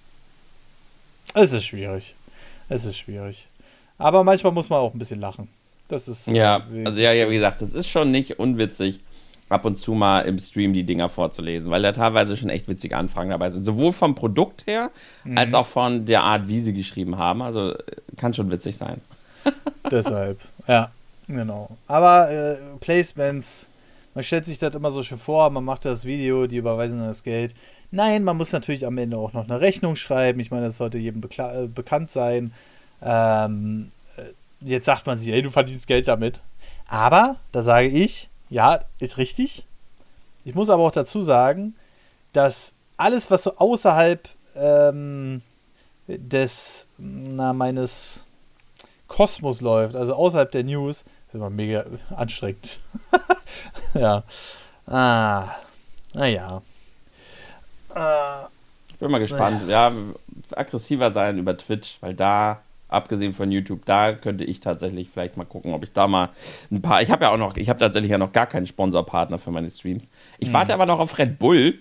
es ist schwierig. Es ist schwierig. Aber manchmal muss man auch ein bisschen lachen. Das ist. Ja, also ja, ja, wie gesagt, das ist schon nicht unwitzig, ab und zu mal im Stream die Dinger vorzulesen, weil da teilweise schon echt witzige Anfragen dabei sind. Sowohl vom Produkt her, mhm. als auch von der Art, wie sie geschrieben haben. Also kann schon witzig sein. Deshalb, ja, genau. Aber äh, Placements, man stellt sich das immer so schön vor, man macht das Video, die überweisen dann das Geld. Nein, man muss natürlich am Ende auch noch eine Rechnung schreiben. Ich meine, das sollte jedem bekla- äh, bekannt sein. Ähm, jetzt sagt man sich, ey, du verdienst Geld damit. Aber, da sage ich, ja, ist richtig. Ich muss aber auch dazu sagen, dass alles, was so außerhalb ähm, des, na, meines Kosmos läuft, also außerhalb der News, ist immer mega anstrengend. ja. Ah, naja. Äh, ich bin mal gespannt. Ja. ja, aggressiver sein über Twitch, weil da abgesehen von YouTube, da könnte ich tatsächlich vielleicht mal gucken, ob ich da mal ein paar, ich habe ja auch noch, ich habe tatsächlich ja noch gar keinen Sponsorpartner für meine Streams. Ich hm. warte aber noch auf Red Bull.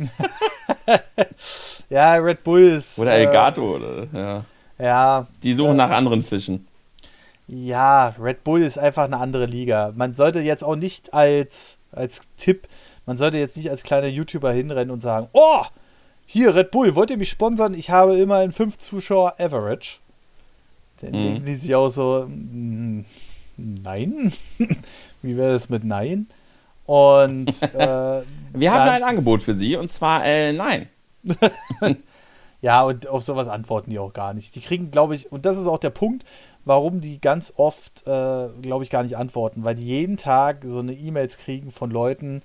ja, Red Bull ist... Oder Elgato, äh, oder, ja. Ja. Die suchen äh, nach anderen Fischen. Ja, Red Bull ist einfach eine andere Liga. Man sollte jetzt auch nicht als, als Tipp, man sollte jetzt nicht als kleiner YouTuber hinrennen und sagen, oh, hier, Red Bull, wollt ihr mich sponsern? Ich habe immerhin fünf Zuschauer Average. Dann mhm. denken die sich auch so, nein? Wie wäre das mit nein? Und äh, wir haben ein Angebot für Sie und zwar äh, nein. Ja, und auf sowas antworten die auch gar nicht. Die kriegen, glaube ich, und das ist auch der Punkt, warum die ganz oft, äh, glaube ich, gar nicht antworten, weil die jeden Tag so eine E-Mails kriegen von Leuten,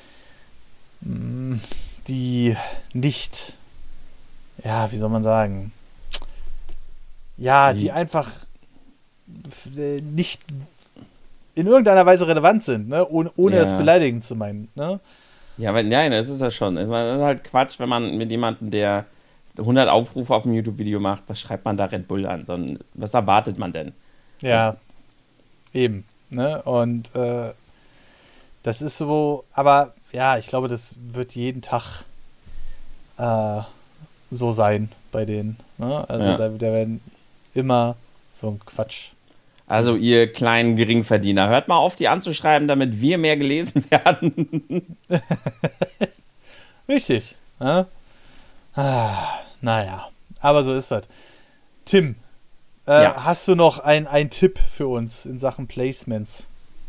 die nicht, ja, wie soll man sagen, ja, die einfach nicht in irgendeiner Weise relevant sind, ne? ohne, ohne ja. es beleidigend zu meinen. Ne? Ja, aber nein, das ist ja schon. Das ist halt Quatsch, wenn man mit jemandem, der hundert Aufrufe auf ein YouTube-Video macht, was schreibt man da Red Bull an? Sondern was erwartet man denn? Ja, eben. Ne? Und äh, das ist so, aber ja, ich glaube, das wird jeden Tag äh, so sein bei denen. Ne? Also Ja. da, da werden immer so ein Quatsch. Also ihr kleinen Geringverdiener, hört mal auf, die anzuschreiben, damit wir mehr gelesen werden. Richtig. Ne? Ah, naja, aber so ist das. Tim, äh, Ja. hast du noch einen Tipp für uns in Sachen Placements?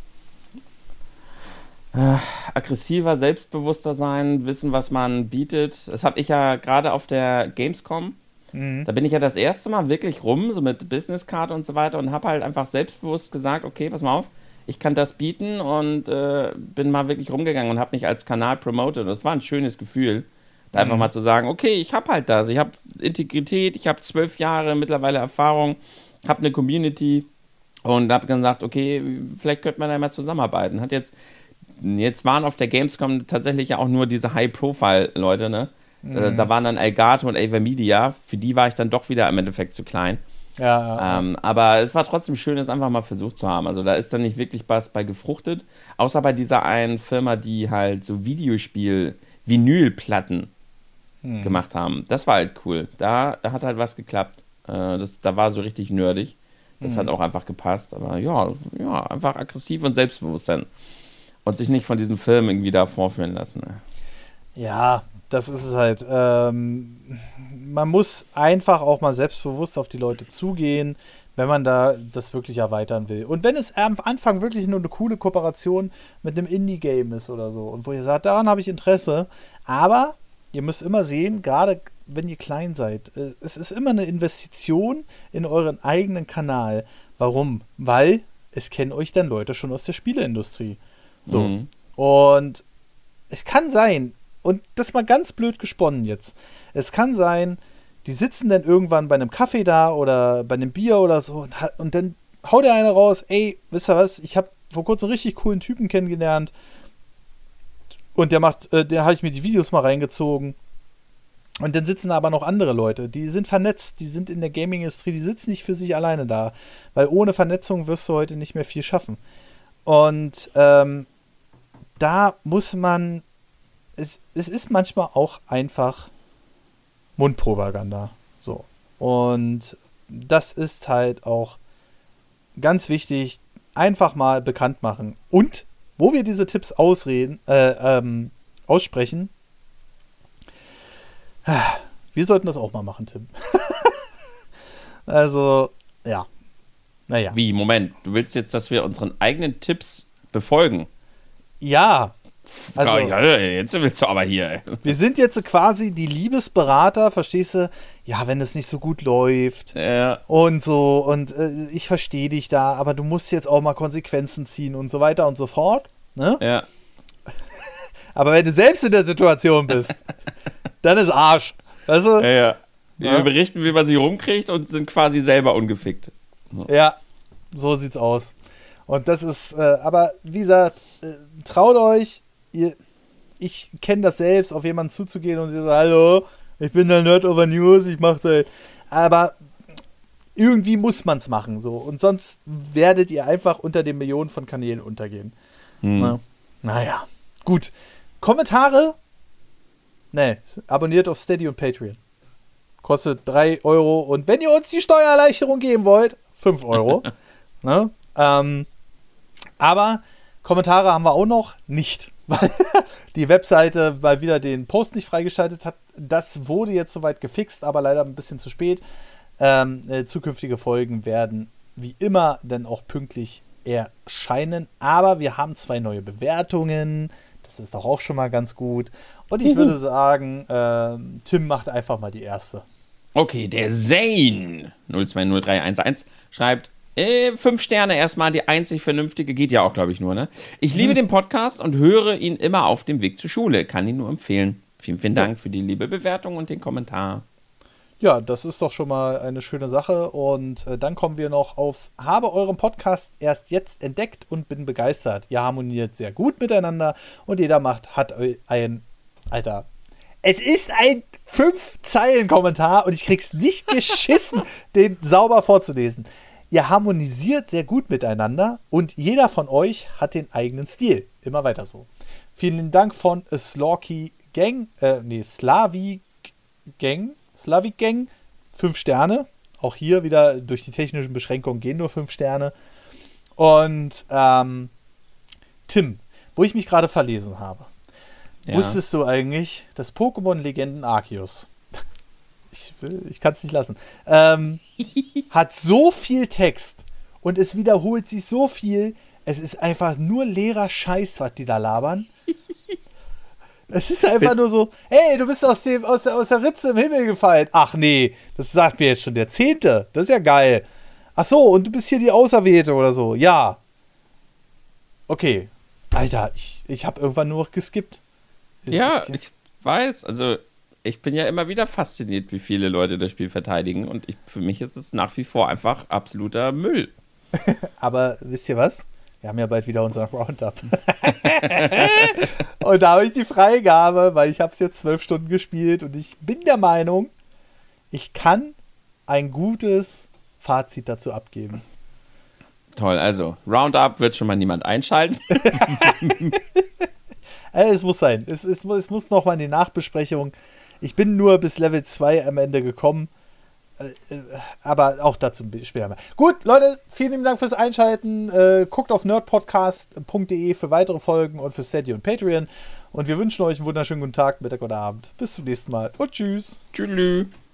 Aggressiver, selbstbewusster sein, wissen, was man bietet. Das habe ich ja gerade auf der Gamescom. Mhm. Da bin ich ja das erste Mal wirklich rum, so mit Business-Card und so weiter und habe halt einfach selbstbewusst gesagt, okay, pass mal auf, ich kann das bieten und äh, bin mal wirklich rumgegangen und habe mich als Kanal promotet. Und das war ein schönes Gefühl, da einfach Mhm. mal zu sagen, okay, ich habe halt das, ich habe Integrität, ich habe zwölf Jahre mittlerweile Erfahrung, habe eine Community und habe gesagt, okay, vielleicht könnte man da mal zusammenarbeiten. Hat jetzt, jetzt waren auf der Gamescom tatsächlich ja auch nur diese High-Profile-Leute, ne? Äh, Da waren dann Elgato und Avermedia, für die war ich dann doch wieder im Endeffekt zu klein. Ja, ja, ja. Ähm, aber es war trotzdem schön, es einfach mal versucht zu haben. Also da ist dann nicht wirklich was bei gefruchtet, außer bei dieser einen Firma, die halt so Videospiel-Vinylplatten Hm. gemacht haben. Das war halt cool. Da hat halt was geklappt. Äh, das, da war so richtig nerdig. Das Mhm. hat auch einfach gepasst. Aber ja, ja, einfach aggressiv und selbstbewusst sein. Und sich nicht von diesen Filmen irgendwie da vorführen lassen. Ne? Ja, das ist es halt. Ähm, man muss einfach auch mal selbstbewusst auf die Leute zugehen, wenn man da das wirklich erweitern will. Und wenn es am Anfang wirklich nur eine coole Kooperation mit einem Indie-Game ist oder so und wo ihr sagt, daran habe ich Interesse, aber ihr müsst immer sehen, gerade wenn ihr klein seid, äh, es ist immer eine Investition in euren eigenen Kanal. Warum? Weil es kennen euch dann Leute schon aus der Spieleindustrie. So. Mhm. Und es kann sein, und das mal ganz blöd gesponnen jetzt, es kann sein, die sitzen dann irgendwann bei einem Kaffee da oder bei einem Bier oder so und, ha- und dann haut der eine raus, ey, wisst ihr was, ich habe vor kurzem einen richtig coolen Typen kennengelernt und der macht, äh, der habe ich mir die Videos mal reingezogen. Und dann sitzen aber noch andere Leute, die sind vernetzt, die sind in der Gaming-Industrie, die sitzen nicht für sich alleine da, weil ohne Vernetzung wirst du heute nicht mehr viel schaffen. Und ähm, da muss man, es, es ist manchmal auch einfach Mundpropaganda. So. Und das ist halt auch ganz wichtig, einfach mal bekannt machen. Und wo wir diese Tipps ausreden, äh, ähm, aussprechen, wir sollten das auch mal machen, Tim. Also, ja. Naja. Wie, Moment, du willst jetzt, dass wir unseren eigenen Tipps befolgen? Ja. Also, ja, ja, jetzt willst du aber hier. wir sind jetzt quasi die Liebesberater, verstehst du? Ja, wenn es nicht so gut läuft Ja, und so und äh, ich verstehe dich da, aber du musst jetzt auch mal Konsequenzen ziehen und so weiter und so fort. Ne? ja. Aber wenn du selbst in der Situation bist, dann ist Arsch. Weißt du? Ja, ja. Wir Ja. berichten, wie man sie rumkriegt und sind quasi selber ungefickt. Ja, so sieht's aus. Und das ist, äh, aber wie gesagt, äh, traut euch, ihr, ich kenne das selbst, auf jemanden zuzugehen und sie so, hallo, ich bin der Nerd over News, ich mach das. Aber irgendwie muss man's machen, so. Und sonst werdet ihr einfach unter den Millionen von Kanälen untergehen. Hm. Na, naja, gut. Kommentare? Ne, abonniert auf Steady und Patreon. Kostet drei Euro. Und wenn ihr uns die Steuererleichterung geben wollt, fünf Euro. Ne? Ähm, aber Kommentare haben wir auch noch nicht, weil die Webseite mal wieder den Post nicht freigeschaltet hat. Das wurde jetzt soweit gefixt, aber leider ein bisschen zu spät. Ähm, äh, zukünftige Folgen werden wie immer dann auch pünktlich erscheinen. Aber wir haben zwei neue Bewertungen. Das ist doch auch schon mal ganz gut. Und ich würde sagen, ähm, Tim macht einfach mal die erste. Okay, der Zane null zwei null drei eins eins schreibt, äh, fünf Sterne erstmal, die einzig vernünftige, geht ja auch, glaube ich, nur, ne? Ich liebe den Podcast und höre ihn immer auf dem Weg zur Schule. Kann ihn nur empfehlen. Vielen, vielen Dank für die liebe Bewertung und den Kommentar. Ja, das ist doch schon mal eine schöne Sache. Und äh, dann kommen wir noch auf: Habe euren Podcast erst jetzt entdeckt und bin begeistert. Ihr harmoniert sehr gut miteinander und jeder macht, hat ein, Alter, es ist ein fünf-Zeilen-Kommentar und ich krieg's nicht geschissen, den sauber vorzulesen. Ihr harmonisiert sehr gut miteinander und jeder von euch hat den eigenen Stil. Immer weiter so. Vielen Dank von Slorky Gang, äh, nee, Slavi Gang, Slavik Gang, fünf Sterne. Auch hier wieder durch die technischen Beschränkungen gehen nur fünf Sterne. Und ähm, Tim, wo ich mich gerade verlesen habe. Ja. Wusstest du eigentlich, dass Pokémon-Legenden Arceus, ich, ich kann es nicht lassen, ähm, hat so viel Text und es wiederholt sich so viel, es ist einfach nur leerer Scheiß, was die da labern. Es ist einfach nur so, hey, du bist aus, dem, aus, der, aus der Ritze im Himmel gefallen. Ach nee, das sagt mir jetzt schon der Zehnte. Das ist ja geil. Ach so, und du bist hier die Auserwählte oder so. Ja. Okay. Alter, ich, ich habe irgendwann nur noch geskippt. Ja, ich weiß. Also, ich bin ja immer wieder fasziniert, wie viele Leute das Spiel verteidigen. Und ich, für mich ist es nach wie vor einfach absoluter Müll. Aber wisst ihr was? Wir haben ja bald wieder unseren Roundup. Und da habe ich die Freigabe, weil ich habe es jetzt zwölf Stunden gespielt und ich bin der Meinung, ich kann ein gutes Fazit dazu abgeben. Toll, also Roundup wird schon mal niemand einschalten. Es muss sein. Es, es, es muss noch mal in die Nachbesprechung. Ich bin nur bis Level zwei am Ende gekommen. Aber auch dazu später mal. Gut, Leute, vielen lieben Dank fürs Einschalten. Äh, guckt auf nerdpodcast punkt de für weitere Folgen und für Steady und Patreon. Und wir wünschen euch einen wunderschönen guten Tag, Mittag oder Abend. Bis zum nächsten Mal und tschüss. Tschüss.